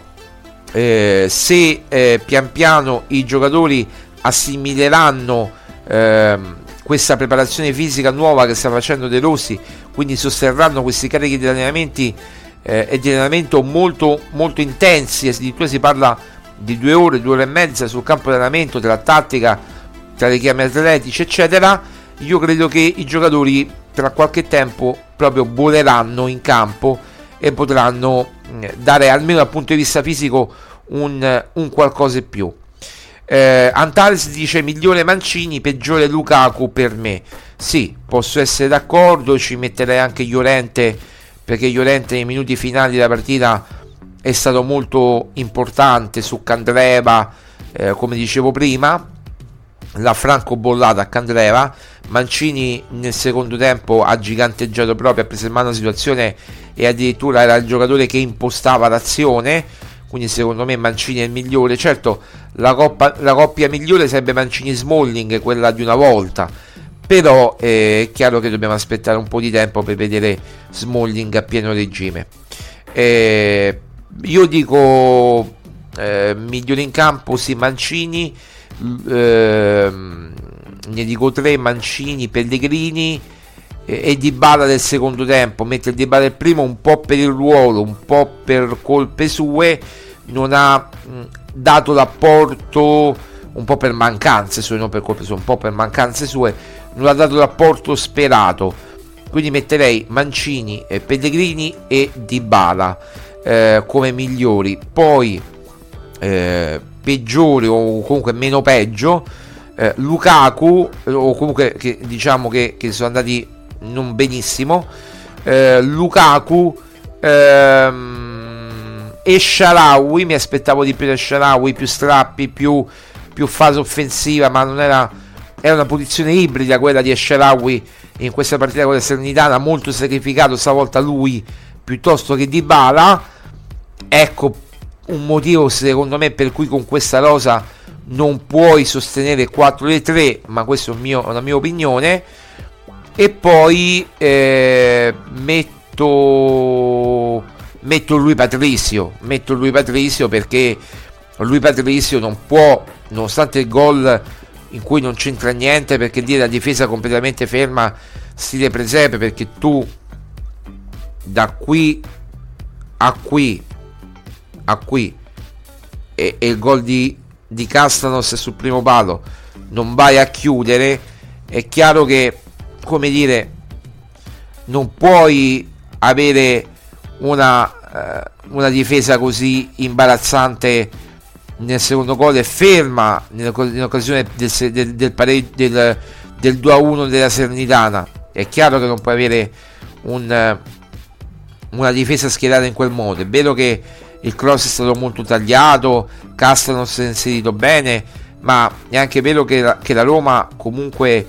se pian piano i giocatori assimileranno questa preparazione fisica nuova che sta facendo De Rossi, quindi sosterranno questi carichi di allenamenti e di allenamento molto, molto intensi, addirittura si parla di 2 ore, 2 ore e mezza sul campo di allenamento, tra tattica, tra richiami atletici eccetera. Io credo che i giocatori tra qualche tempo proprio voleranno in campo e potranno dare, almeno dal punto di vista fisico, un qualcosa in più. Antares dice migliore Mancini, peggiore Lukaku per me. Sì, posso essere d'accordo, ci metterei anche Llorente, perché Llorente nei minuti finali della partita è stato molto importante su Candreva, come dicevo prima, la francobollata a Candreva. Mancini nel secondo tempo ha giganteggiato proprio, ha preso in mano la situazione e addirittura era il giocatore che impostava l'azione, quindi secondo me Mancini è il migliore. Certo, la coppia migliore sarebbe Mancini-Smalling, quella di una volta, però è chiaro che dobbiamo aspettare un po' di tempo per vedere Smalling a pieno regime. Io dico migliore in campo sì Mancini, ne dico 3: Mancini, Pellegrini e Dybala del secondo tempo. Mentre Dybala del primo, un po' per il ruolo, un po' per colpe sue, non ha dato l'apporto, un po' per mancanze sue, non per colpe sue, un po' per mancanze sue, non ha dato l'apporto sperato. Quindi metterei Mancini, Pellegrini e Dybala come migliori. Poi peggiori o comunque meno peggio, Lukaku, o comunque che diciamo che sono andati non benissimo, Lukaku e Shaarawy. Mi aspettavo di più da Shaarawy, più strappi, più fase offensiva, ma non era una posizione ibrida quella di Shaarawy in questa partita con la Salernitana, molto sacrificato stavolta lui piuttosto che Dybala. Ecco un motivo secondo me per cui con questa rosa non puoi sostenere 4-3, ma questa è una mia opinione. E poi metto Rui Patricio perché Rui Patricio non può, nonostante il gol in cui non c'entra niente, perché lì la difesa completamente ferma stile Presepe, perché tu da qui a qui e il gol di Castanos sul primo palo non vai a chiudere. È chiaro che, come dire, non puoi avere una difesa così imbarazzante nel secondo gol e ferma in occasione del pareggio del 2-1 della Salernitana. È chiaro che non puoi avere una difesa schierata in quel modo. È vero che il cross è stato molto tagliato, Castanos si è inserito bene, ma è anche vero che la Roma comunque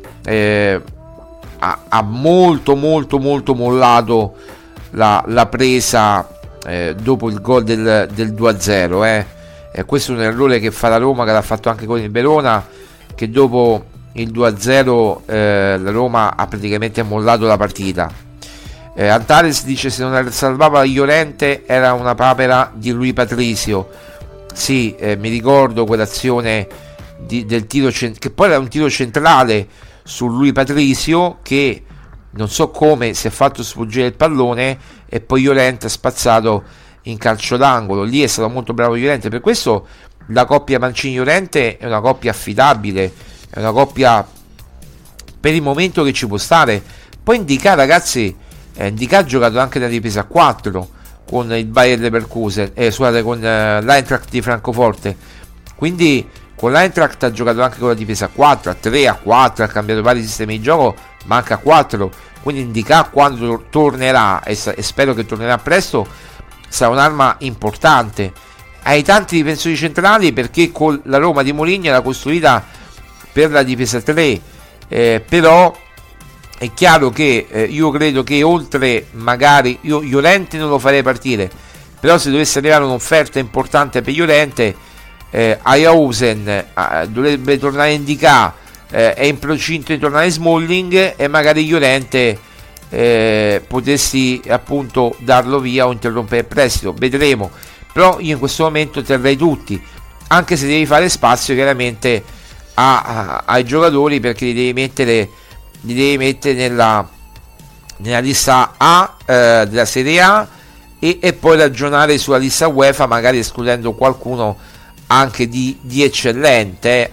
ha molto mollato la presa dopo il gol del 2-0. Questo è un errore che fa la Roma, che l'ha fatto anche con il Verona, che dopo il 2-0 la Roma ha praticamente mollato la partita. Antares dice: se non salvava Llorente era una papera di Rui Patricio. Sì, mi ricordo quell'azione del tiro che poi era un tiro centrale su Rui Patricio, che non so come si è fatto sfuggire il pallone e poi Llorente ha spazzato in calcio d'angolo. Lì è stato molto bravo Llorente. Per questo la coppia Mancini-Llorente è una coppia affidabile, è una coppia per il momento che ci può stare. Poi Ndicà, ragazzi, Ndicà ha giocato anche nella difesa a 4 con il Bayer Leverkusen, con l'Eintracht di Francoforte, quindi con l'Eintracht ha giocato anche con la difesa a 4, a 3, a 4, ha cambiato vari sistemi di gioco, ma anche a 4. Quindi Ndicà, quando tornerà, e spero che tornerà presto, sarà un'arma importante. Hai tanti difensori centrali, perché con la Roma di Mourinho era costruita per la difesa 3, però è chiaro che io credo che oltre, magari io Llorente non lo farei partire, però se dovesse arrivare un'offerta importante per Llorente, Ayausen dovrebbe tornare Ndicà, è in procinto di tornare Smalling, e magari Llorente potessi appunto darlo via o interrompere il prestito, vedremo. Però io in questo momento terrei tutti, anche se devi fare spazio chiaramente ai giocatori, perché li devi mettere nella lista A della Serie A e poi ragionare sulla lista UEFA, magari escludendo qualcuno anche di eccellente,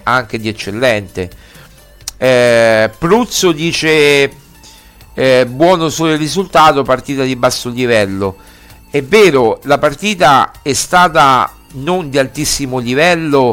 Pruzzo dice buono solo il risultato, partita di basso livello. È vero, la partita è stata non di altissimo livello,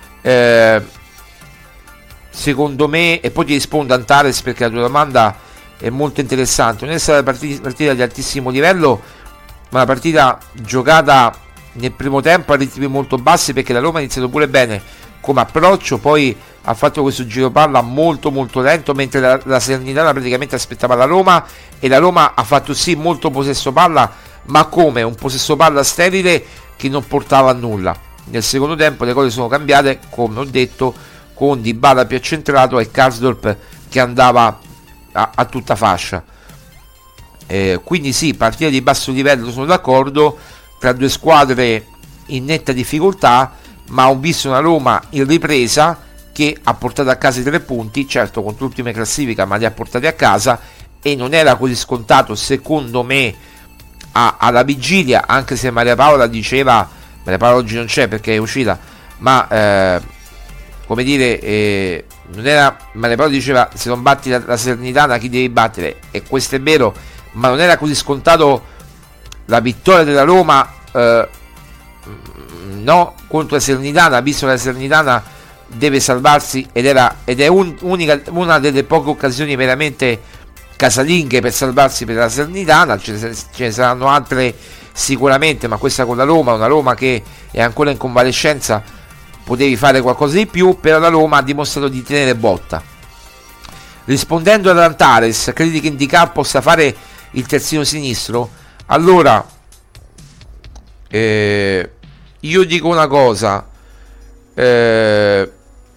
secondo me, e poi ti rispondo Antares, perché la tua domanda è molto interessante. Non è stata una partita di altissimo livello, ma una partita giocata nel primo tempo a ritmi molto bassi, perché la Roma ha iniziato pure bene come approccio, poi ha fatto questo giro palla molto lento, mentre la Salernitana praticamente aspettava la Roma, e la Roma ha fatto sì molto possesso palla, ma come un possesso palla sterile che non portava a nulla. Nel secondo tempo le cose sono cambiate, come ho detto, con Dybala più accentrato e Karsdorp che andava a tutta fascia. Quindi sì, partita di basso livello, sono d'accordo, tra due squadre in netta difficoltà, ma ho visto una Roma in ripresa che ha portato a casa i 3 punti, certo contro l'ultima classifica, ma li ha portati a casa, e non era così scontato secondo me alla vigilia, anche se Maria Paola diceva, Maria Paola oggi non c'è perché è uscita, ma come dire, non era, Maria Paola diceva se non batti la Salernitana chi devi battere, e questo è vero, ma non era così scontato la vittoria della Roma no, contro la Salernitana, visto che la Salernitana deve salvarsi ed è una delle poche occasioni veramente casalinghe per salvarsi per la Salernitana. Ce ne saranno altre sicuramente, ma questa con la Roma, una Roma che è ancora in convalescenza, potevi fare qualcosa di più, però la Roma ha dimostrato di tenere botta. Rispondendo ad Antares, credi che Ndicà possa fare il terzino sinistro? Allora io dico una cosa, per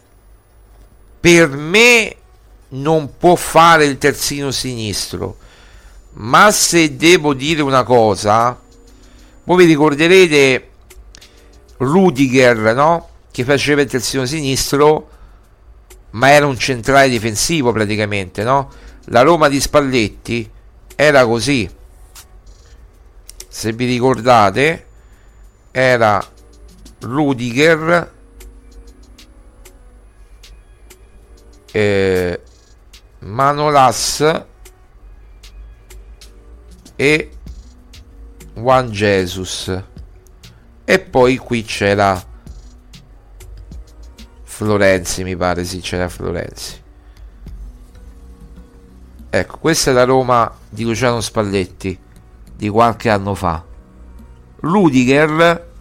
me non può fare il terzino sinistro, ma se devo dire una cosa, voi vi ricorderete Rudiger, no? Che faceva il terzino sinistro, ma era un centrale difensivo praticamente, no? La Roma di Spalletti era così, se vi ricordate, era Rudiger, Manolas e Juan Jesus, e poi qui c'era Florenzi, mi pare, sì, c'era Florenzi. Ecco, questa è la Roma di Luciano Spalletti di qualche anno fa. Rudiger,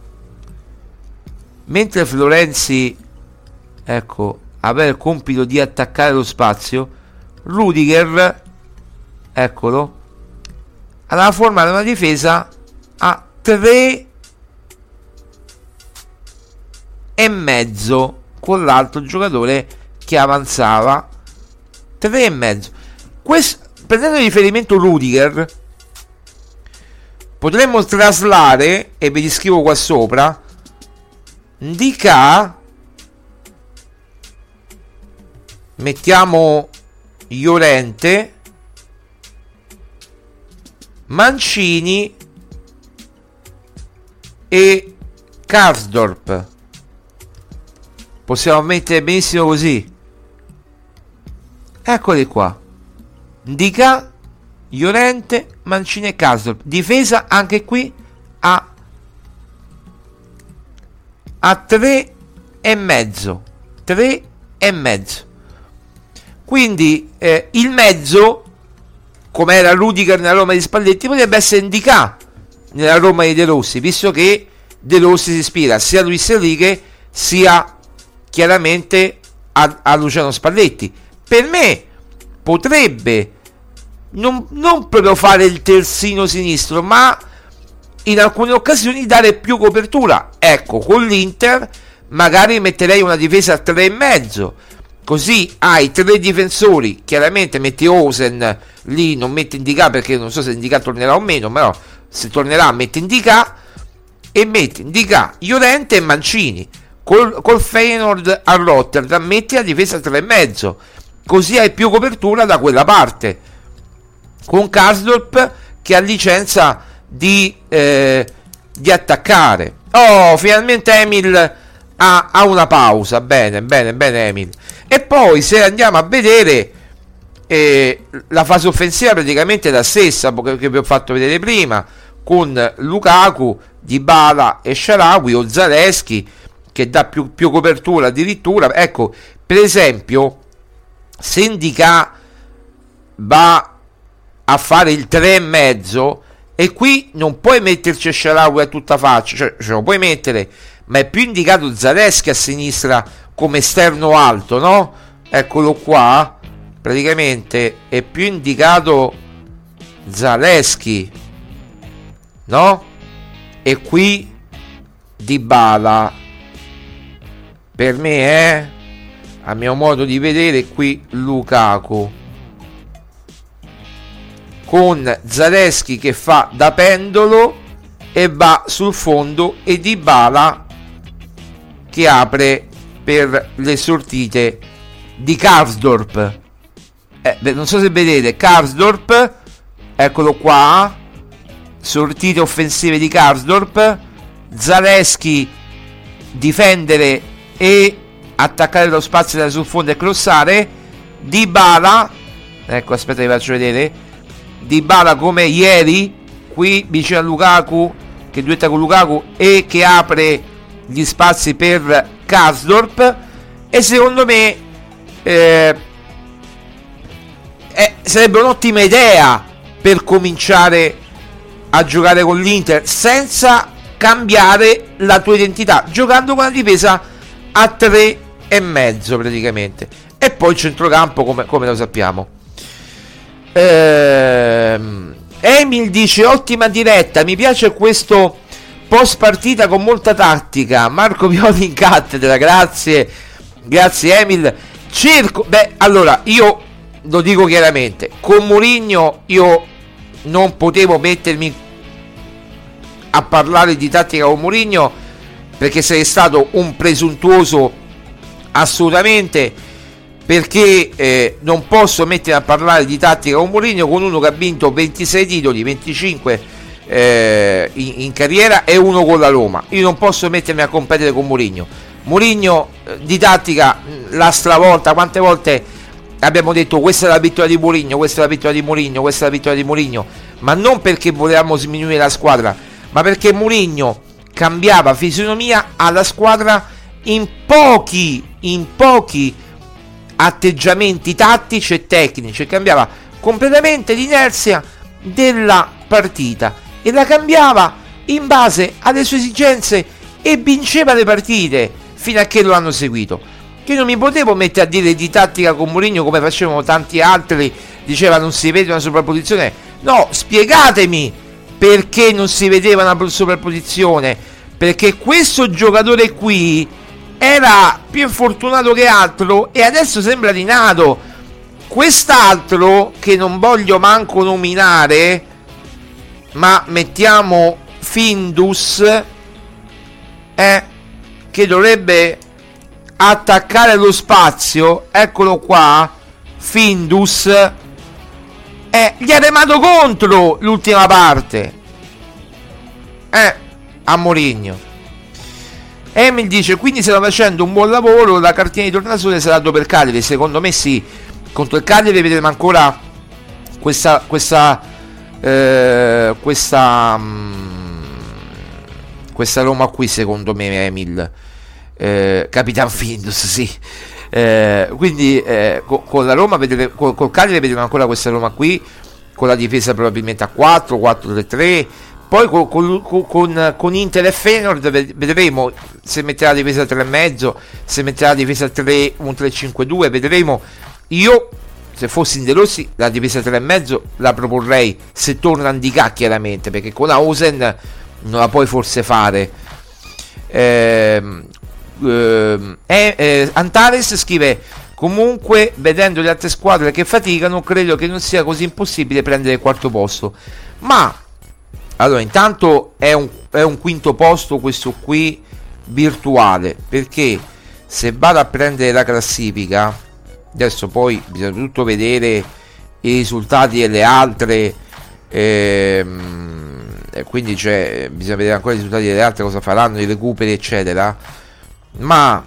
mentre Florenzi, ecco, aveva il compito di attaccare lo spazio, Rudiger, eccolo, aveva formato una difesa a 3 e mezzo con l'altro giocatore che avanzava, 3 e mezzo. Prendendo riferimento Rudiger, potremmo traslare, e ve li scrivo qua sopra, Ndicà, mettiamo Llorente, Mancini e Karsdorp. Possiamo mettere benissimo così. Eccoli qua. Ndicà, Llorente, Mancini e Karsdorp. Difesa anche qui a 3 e mezzo. 3 e mezzo. Quindi il mezzo, come era Rudiger nella Roma di Spalletti, potrebbe essere Ndicà nella Roma di De Rossi, visto che De Rossi si ispira sia a Luis Enrique sia chiaramente a Luciano Spalletti. Per me potrebbe non proprio fare il terzino sinistro, ma in alcune occasioni dare più copertura. Ecco, con l'Inter magari metterei una difesa a 3 e mezzo, così hai 3 difensori, chiaramente metti Osen lì, non metti Ndicà perché non so se Ndicà tornerà o meno, però se tornerà metti Ndicà, e metti Ndicà, Llorente e Mancini. Col Feyenoord a Rotterdam metti la difesa a 3 e mezzo, così hai più copertura da quella parte, con Karsdorp che ha licenza di attaccare. Oh, finalmente Emil ha una pausa. Bene Emil. E poi se andiamo a vedere la fase offensiva praticamente è la stessa che vi ho fatto vedere prima, con Lukaku, Dybala e Shaarawy o Zalewski che dà più copertura addirittura. Ecco, per esempio, se Ndicà va a fare il 3 e mezzo, e qui non puoi metterci Shaarawy a tutta faccia, cioè ce lo puoi mettere, ma è più indicato Zalewski a sinistra come esterno alto, no? Eccolo qua, praticamente è più indicato Zalewski, no? E qui Dybala per me a mio modo di vedere qui Lukaku con Zalewski che fa da pendolo e va sul fondo, e Dybala che apre per le sortite di Karsdorp. Non so se vedete Karsdorp, eccolo qua, sortite offensive di Karsdorp, Zalewski difendere e attaccare lo spazio da sul fondo e crossare, Dybala, ecco, aspetta vi faccio vedere, Dybala come ieri qui vicino a Lukaku, che duetta con Lukaku e che apre gli spazi per Karsdorp. E secondo me sarebbe un'ottima idea per cominciare a giocare con l'Inter senza cambiare la tua identità, giocando con la difesa a 3,5 praticamente, e poi il centrocampo come lo sappiamo. Emil dice: ottima diretta, mi piace questo post partita con molta tattica. Marco Violi in cattedra, grazie Emil. Allora io lo dico chiaramente, con Mourinho io non potevo mettermi a parlare di tattica con Mourinho, perché sei stato un presuntuoso assolutamente, perché non posso mettermi a parlare di tattica con Mourinho con uno che ha vinto 26 titoli, 25 in carriera e uno con la Roma. Io non posso mettermi a competere con Mourinho di tattica l'ha stravolta. Quante volte abbiamo detto questa è la vittoria di Mourinho, questa è la vittoria di Mourinho, questa è la vittoria di Mourinho, ma non perché volevamo sminuire la squadra, ma perché Mourinho cambiava fisionomia alla squadra in pochi atteggiamenti tattici e tecnici, cambiava completamente l'inerzia della partita e la cambiava in base alle sue esigenze e vinceva le partite fino a che lo hanno seguito. Che non mi potevo mettere a dire di tattica con Mourinho come facevano tanti altri, diceva non si vede una sovrapposizione. No, spiegatemi perché non si vedeva una sovrapposizione, perché questo giocatore qui era più infortunato che altro e adesso sembra rinato. Quest'altro che non voglio manco nominare, ma mettiamo Findus, che dovrebbe attaccare lo spazio, eccolo qua, Findus, gli ha remato contro l'ultima parte a Mourinho. Emil dice: quindi stanno facendo un buon lavoro, la cartina di tornasole sarà dopo il Cagliari. Secondo me sì, contro il Cagliari vedremo ancora questa Roma qui, secondo me, Emil, Capitan Findus, sì. Quindi con la Roma col Cagliari vedremo ancora questa Roma qui, con la difesa probabilmente a 4-4-3-3. Poi con Inter e Feyenoord vedremo se metterà la difesa a 3,5, se metterà la difesa a 3-1-3-5-2, vedremo. Io, se fossi in De Rossi, la difesa a 3,5 la proporrei se torna Ndicà, chiaramente, perché con Hausen non la puoi forse fare. Antares scrive: comunque, vedendo le altre squadre che faticano, credo che non sia così impossibile prendere il quarto posto. Ma allora, intanto è un quinto posto questo qui virtuale, perché se vado a prendere la classifica, adesso poi bisogna tutto vedere i risultati delle altre, quindi bisogna vedere ancora i risultati delle altre, cosa faranno, i recuperi eccetera. Ma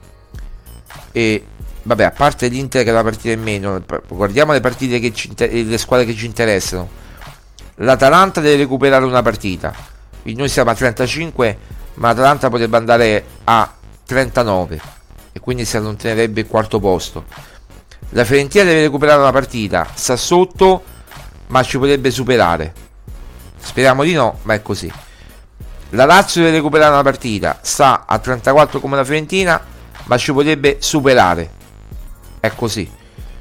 vabbè, a parte l'Inter che è la partita in meno, guardiamo le partite le squadre che ci interessano. L'Atalanta deve recuperare una partita, quindi noi siamo a 35, ma l'Atalanta potrebbe andare a 39 e quindi si allontanerebbe il quarto posto. La Fiorentina deve recuperare una partita, sta sotto ma ci potrebbe superare, speriamo di no, ma è così. La Lazio deve recuperare una partita, sta a 34 come la Fiorentina, ma ci potrebbe superare, è così.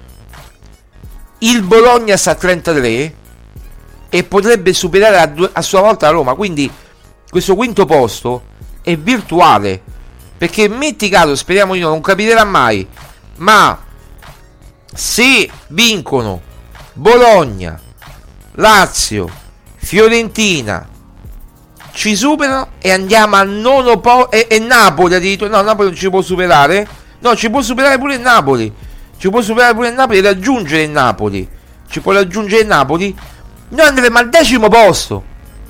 Il Bologna sta a 33 e potrebbe superare a sua volta la Roma, quindi questo quinto posto è virtuale, perché metti caso, speriamo di no, non capiterà mai ma se vincono Bologna, Lazio, Fiorentina, ci superano e andiamo al nono e Napoli addirittura. No, Napoli non ci può superare. No, ci può superare pure il Napoli. Ci può superare pure il Napoli e raggiungere il Napoli. Ci può raggiungere il Napoli. Noi andremo al 10° posto.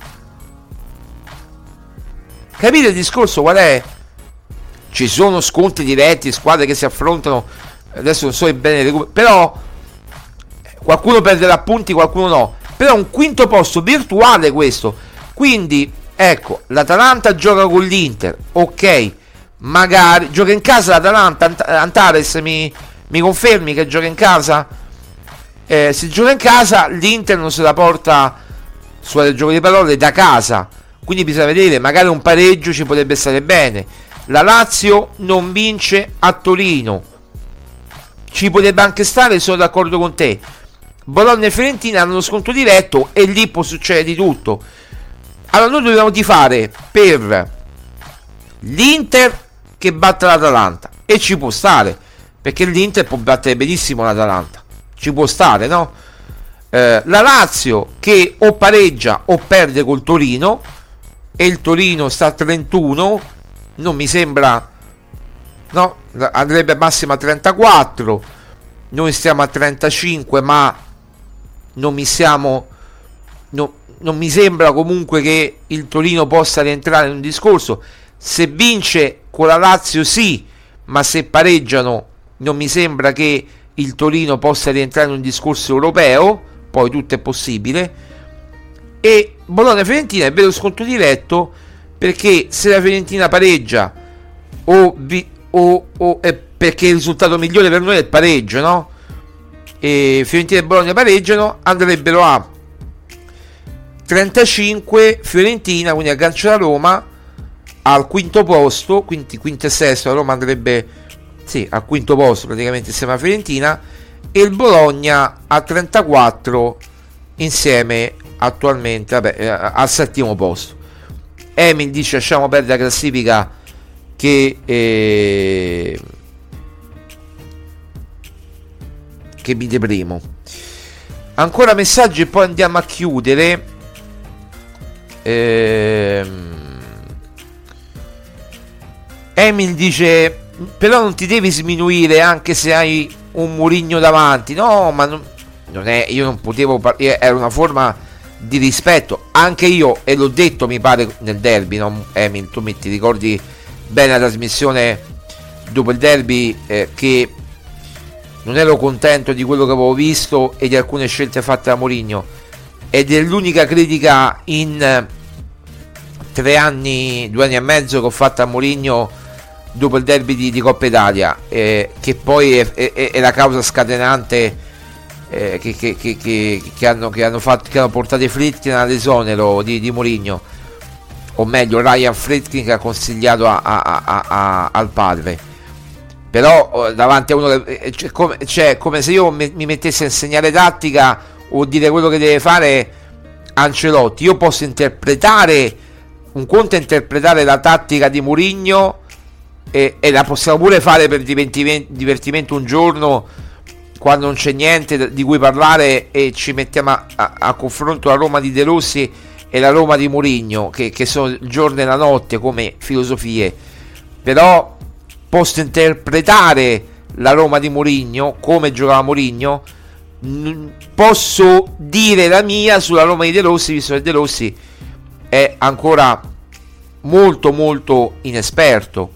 Capite il discorso qual è? Ci sono scontri diretti, squadre che si affrontano. Adesso non so bene, però qualcuno perderà punti, qualcuno no. Però è un quinto posto virtuale questo. Quindi ecco, l'Atalanta gioca con l'Inter, ok, magari gioca in casa l'Atalanta. Antares, mi confermi che gioca in casa? Se gioca in casa, l'Inter non se la porta, sulle gioco di parole, da casa. Quindi bisogna vedere, magari un pareggio ci potrebbe stare bene. La Lazio non vince a Torino, ci potrebbe anche stare, sono d'accordo con te. Bologna e Fiorentina hanno uno scontro diretto e lì può succedere di tutto. Allora noi dobbiamo tifare per l'Inter che batte l'Atalanta, e ci può stare, perché l'Inter può battere benissimo l'Atalanta, ci può stare, no? La Lazio che o pareggia o perde col Torino, e il Torino sta a 31, non mi sembra, no, andrebbe massimo a 34, noi stiamo a 35, ma non mi sembra comunque che il Torino possa rientrare in un discorso. Se vince con la Lazio sì, ma se pareggiano non mi sembra che il Torino possa rientrare in un discorso europeo. Poi tutto è possibile. E Bologna-Fiorentina è vero scontro diretto, perché se la Fiorentina pareggia perché il risultato migliore per noi è il pareggio, no? E Fiorentina e Bologna pareggiano, andrebbero a 35 Fiorentina, quindi aggancia la Roma al quinto posto, quindi quinto e sesto. La Roma andrebbe al quinto posto praticamente insieme alla Fiorentina, e il Bologna a 34 insieme attualmente al settimo posto. Emil dice lasciamo perdere la classifica che mi deprimo. Ancora messaggi e poi andiamo a chiudere. Emil dice però non ti devi sminuire anche se hai un Mourinho davanti. No, ma non è, io non potevo era una forma di rispetto, anche io, e l'ho detto mi pare nel derby, no? Emil, tu ti ricordi bene la trasmissione dopo il derby, che non ero contento di quello che avevo visto e di alcune scelte fatte da Mourinho, ed è l'unica critica in 2 anni e mezzo che ho fatto a Mourinho dopo il derby di Coppa Italia, che poi è la causa scatenante che hanno portato i Friedkin all'esonero di Mourinho, o meglio Ryan Friedkin, che ha consigliato al padre. Però davanti a uno come se io mi mettessi a insegnare tattica o dire quello che deve fare Ancelotti. Io posso interpretare, un conto è interpretare la tattica di Mourinho, e la possiamo pure fare per divertimento un giorno quando non c'è niente di cui parlare, e ci mettiamo a confronto la Roma di De Rossi e la Roma di Mourinho, che sono il giorno e la notte come filosofie. Però posso interpretare la Roma di Mourinho come giocava Mourinho, posso dire la mia sulla Roma di De Rossi, visto che De Rossi è ancora molto molto inesperto.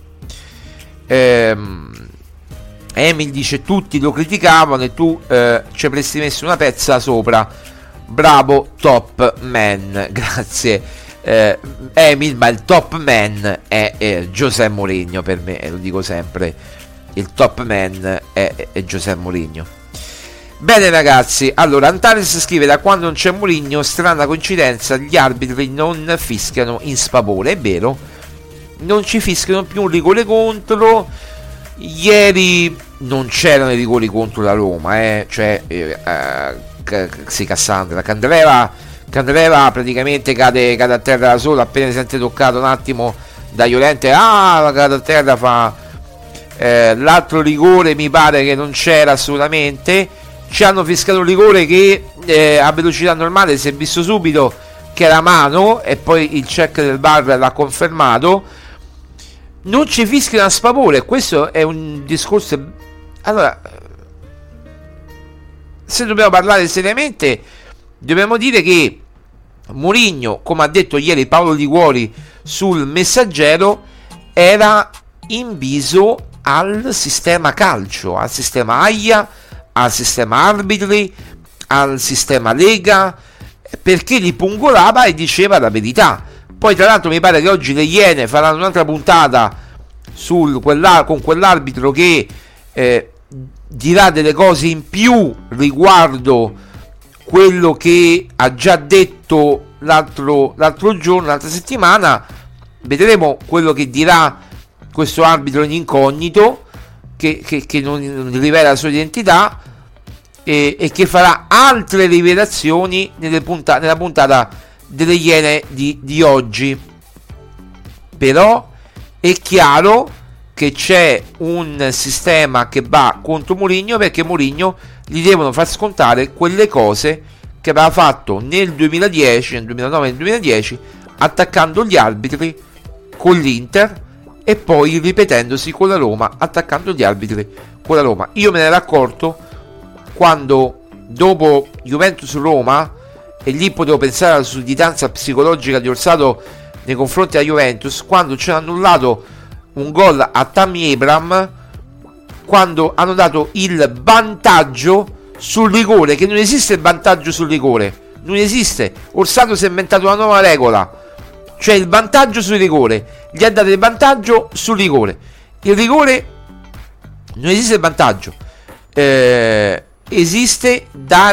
Emil dice tutti lo criticavano e tu ci avresti messo una pezza sopra, bravo top man. Grazie Emil, ma il top man è José Mourinho per me, lo dico sempre, il top man è José Mourinho. Bene ragazzi, allora Antares scrive: da quando non c'è Mourinho, strana coincidenza, gli arbitri non fischiano in Spapore. È vero, non ci fischiano più un rigore contro. Ieri non c'erano i rigori contro la Roma, Cassandra Candreva praticamente cade a terra da sola, appena si sente toccato un attimo da Llorente, cade a terra, fa l'altro rigore mi pare che non c'era assolutamente, ci hanno fischiato un rigore che a velocità normale si è visto subito che era mano e poi il check del VAR l'ha confermato. Non ci fischiano a sfavore, questo è un discorso. Allora, se dobbiamo parlare seriamente, dobbiamo dire che Mourinho, come ha detto ieri Paolo Liguori sul Messaggero, era inviso al sistema calcio, al sistema AIA, al sistema arbitri, al sistema Lega, perché li pungolava e diceva la verità. Poi tra l'altro mi pare che oggi le Iene faranno un'altra puntata con quell'arbitro che dirà delle cose in più riguardo quello che ha già detto l'altro giorno, l'altra settimana. Vedremo quello che dirà questo arbitro in incognito, che non rivela la sua identità e che farà altre rivelazioni nella puntata delle Iene di oggi. Però è chiaro che c'è un sistema che va contro Mourinho, perché Mourinho gli devono far scontare quelle cose che aveva fatto nel 2010, nel 2009 e nel 2010, attaccando gli arbitri con l'Inter e poi ripetendosi con la Roma, attaccando gli arbitri con la Roma. Io me ne ero accorto quando, dopo Juventus-Roma, e lì potevo pensare alla sudditanza psicologica di Orsato nei confronti della Juventus, quando ci hanno annullato un gol a Tammy Abraham, quando hanno dato il vantaggio sul rigore, che non esiste il vantaggio sul rigore, non esiste. Orsato si è inventato una nuova regola, cioè il vantaggio sul rigore, gli ha dato il vantaggio sul rigore. Il rigore non esiste, il vantaggio esiste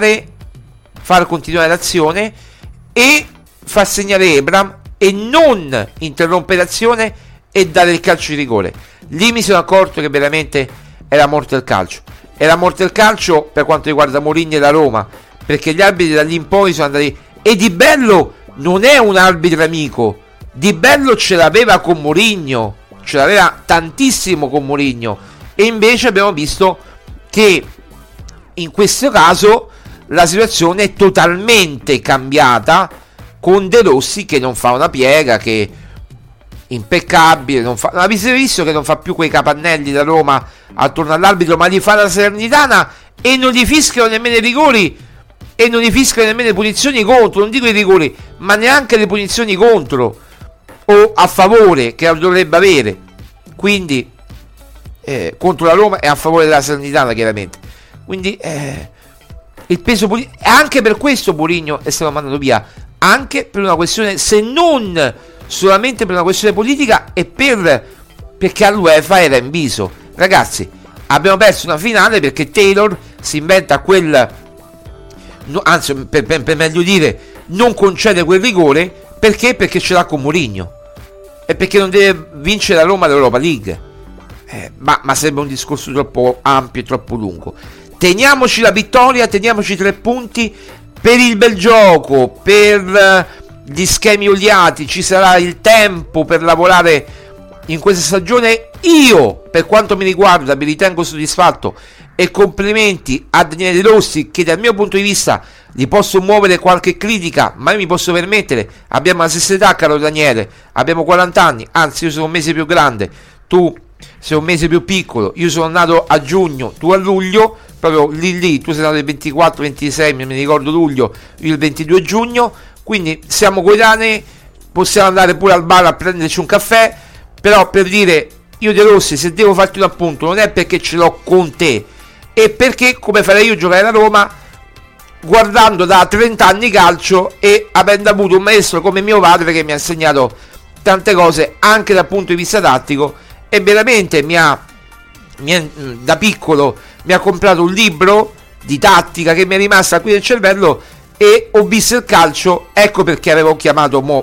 far continuare l'azione e far segnare Abraham e non interrompere l'azione e dare il calcio di rigore. Lì mi sono accorto che veramente era morto il calcio. Era morto il calcio per quanto riguarda Mourinho e la Roma, perché gli arbitri da lì in poi sono andati. E Di Bello non è un arbitro amico. Di Bello ce l'aveva con Mourinho, ce l'aveva tantissimo con Mourinho, e invece abbiamo visto che in questo caso la situazione è totalmente cambiata, con De Rossi che non fa una piega, che impeccabile, avete visto che non fa più quei capannelli da Roma attorno all'arbitro, ma li fa la Salernitana, e non gli fischiano nemmeno i rigori e non gli fischiano nemmeno le punizioni contro, non dico i rigori, ma neanche le punizioni contro o a favore, che dovrebbe avere. Quindi contro la Roma è a favore della Salernitana, chiaramente. Quindi il peso politico, anche per questo Mourinho è stato mandato via, anche per una questione, se non solamente per una questione politica, e perché all'UEFA era inviso. Ragazzi, abbiamo perso una finale perché Taylor si inventa anzi, per meglio dire, non concede quel rigore. Perché ce l'ha con Mourinho e perché non deve vincere la Roma l'Europa League. Ma sarebbe un discorso troppo ampio e troppo lungo. Teniamoci la vittoria, teniamoci 3 punti per il bel gioco, per gli schemi oliati. Ci sarà il tempo per lavorare in questa stagione. Io, per quanto mi riguarda, mi ritengo soddisfatto, e complimenti a Daniele De Rossi, che dal mio punto di vista gli posso muovere qualche critica, ma io mi posso permettere. Abbiamo la stessa età, caro Daniele, abbiamo 40 anni, anzi io sono un mese più grande, tu sei un mese più piccolo, io sono nato a giugno, tu a luglio, proprio lì, tu sei nato il 24-26, mi ricordo luglio, io il 22 giugno, quindi siamo coetanei, possiamo andare pure al bar a prenderci un caffè. Però, per dire, io De Rossi, se devo farti un appunto, non è perché ce l'ho con te, è perché, come farei io giocare a Roma, guardando da 30 anni calcio e avendo avuto un maestro come mio padre che mi ha insegnato tante cose anche dal punto di vista tattico, e veramente da piccolo mi ha comprato un libro di tattica che mi è rimasta qui nel cervello, e ho visto il calcio. Ecco perché avevo chiamato,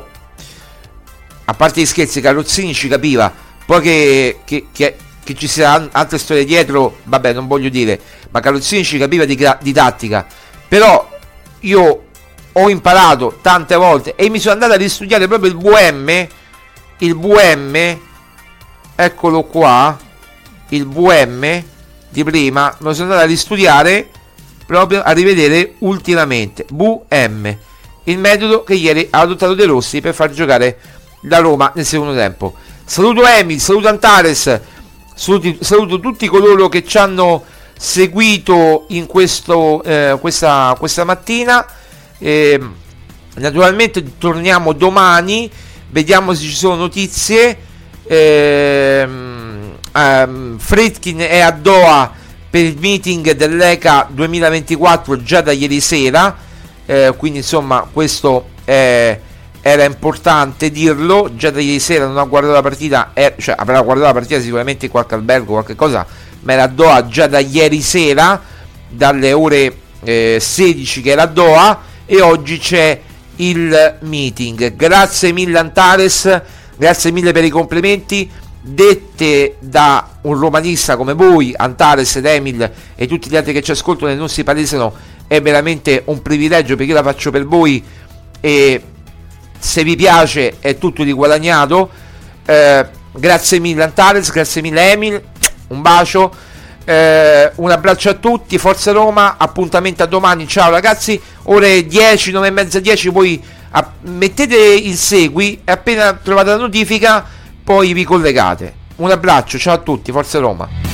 a parte gli scherzi, Carrozzini ci capiva, poi che ci sia altre storie dietro, vabbè, non voglio dire, ma Carrozzini ci capiva di tattica. Però io ho imparato tante volte e mi sono andato a ristudiare proprio il VM, eccolo qua, il VM di prima lo sono andato a ristudiare, proprio a rivedere ultimamente. VM, il metodo che ieri ha adottato De Rossi per far giocare la Roma nel secondo tempo. Saluto Emil, saluto Antares, saluto tutti coloro che ci hanno seguito in questa mattina. Naturalmente torniamo domani, vediamo se ci sono notizie. Friedkin è a Doha per il meeting dell'ECA 2024 già da ieri sera, quindi insomma questo era importante dirlo. Già da ieri sera non ha guardato la partita, cioè avrà guardato la partita sicuramente in qualche albergo, qualche cosa, ma era a Doha già da ieri sera, dalle ore 16 che era a Doha, e oggi c'è il meeting. Grazie mille Antares, grazie mille per i complimenti dette da un romanista come voi, Antares ed Emil e tutti gli altri che ci ascoltano e non si palesano. È veramente un privilegio, perché io la faccio per voi e se vi piace è tutto di guadagnato. Grazie mille Antares, grazie mille Emil, un bacio, un abbraccio a tutti, forza Roma, appuntamento a domani, ciao ragazzi, ore 10, 9:30, 10, voi mettete il segui e appena trovate la notifica poi vi collegate. Un abbraccio, ciao a tutti, forza Roma.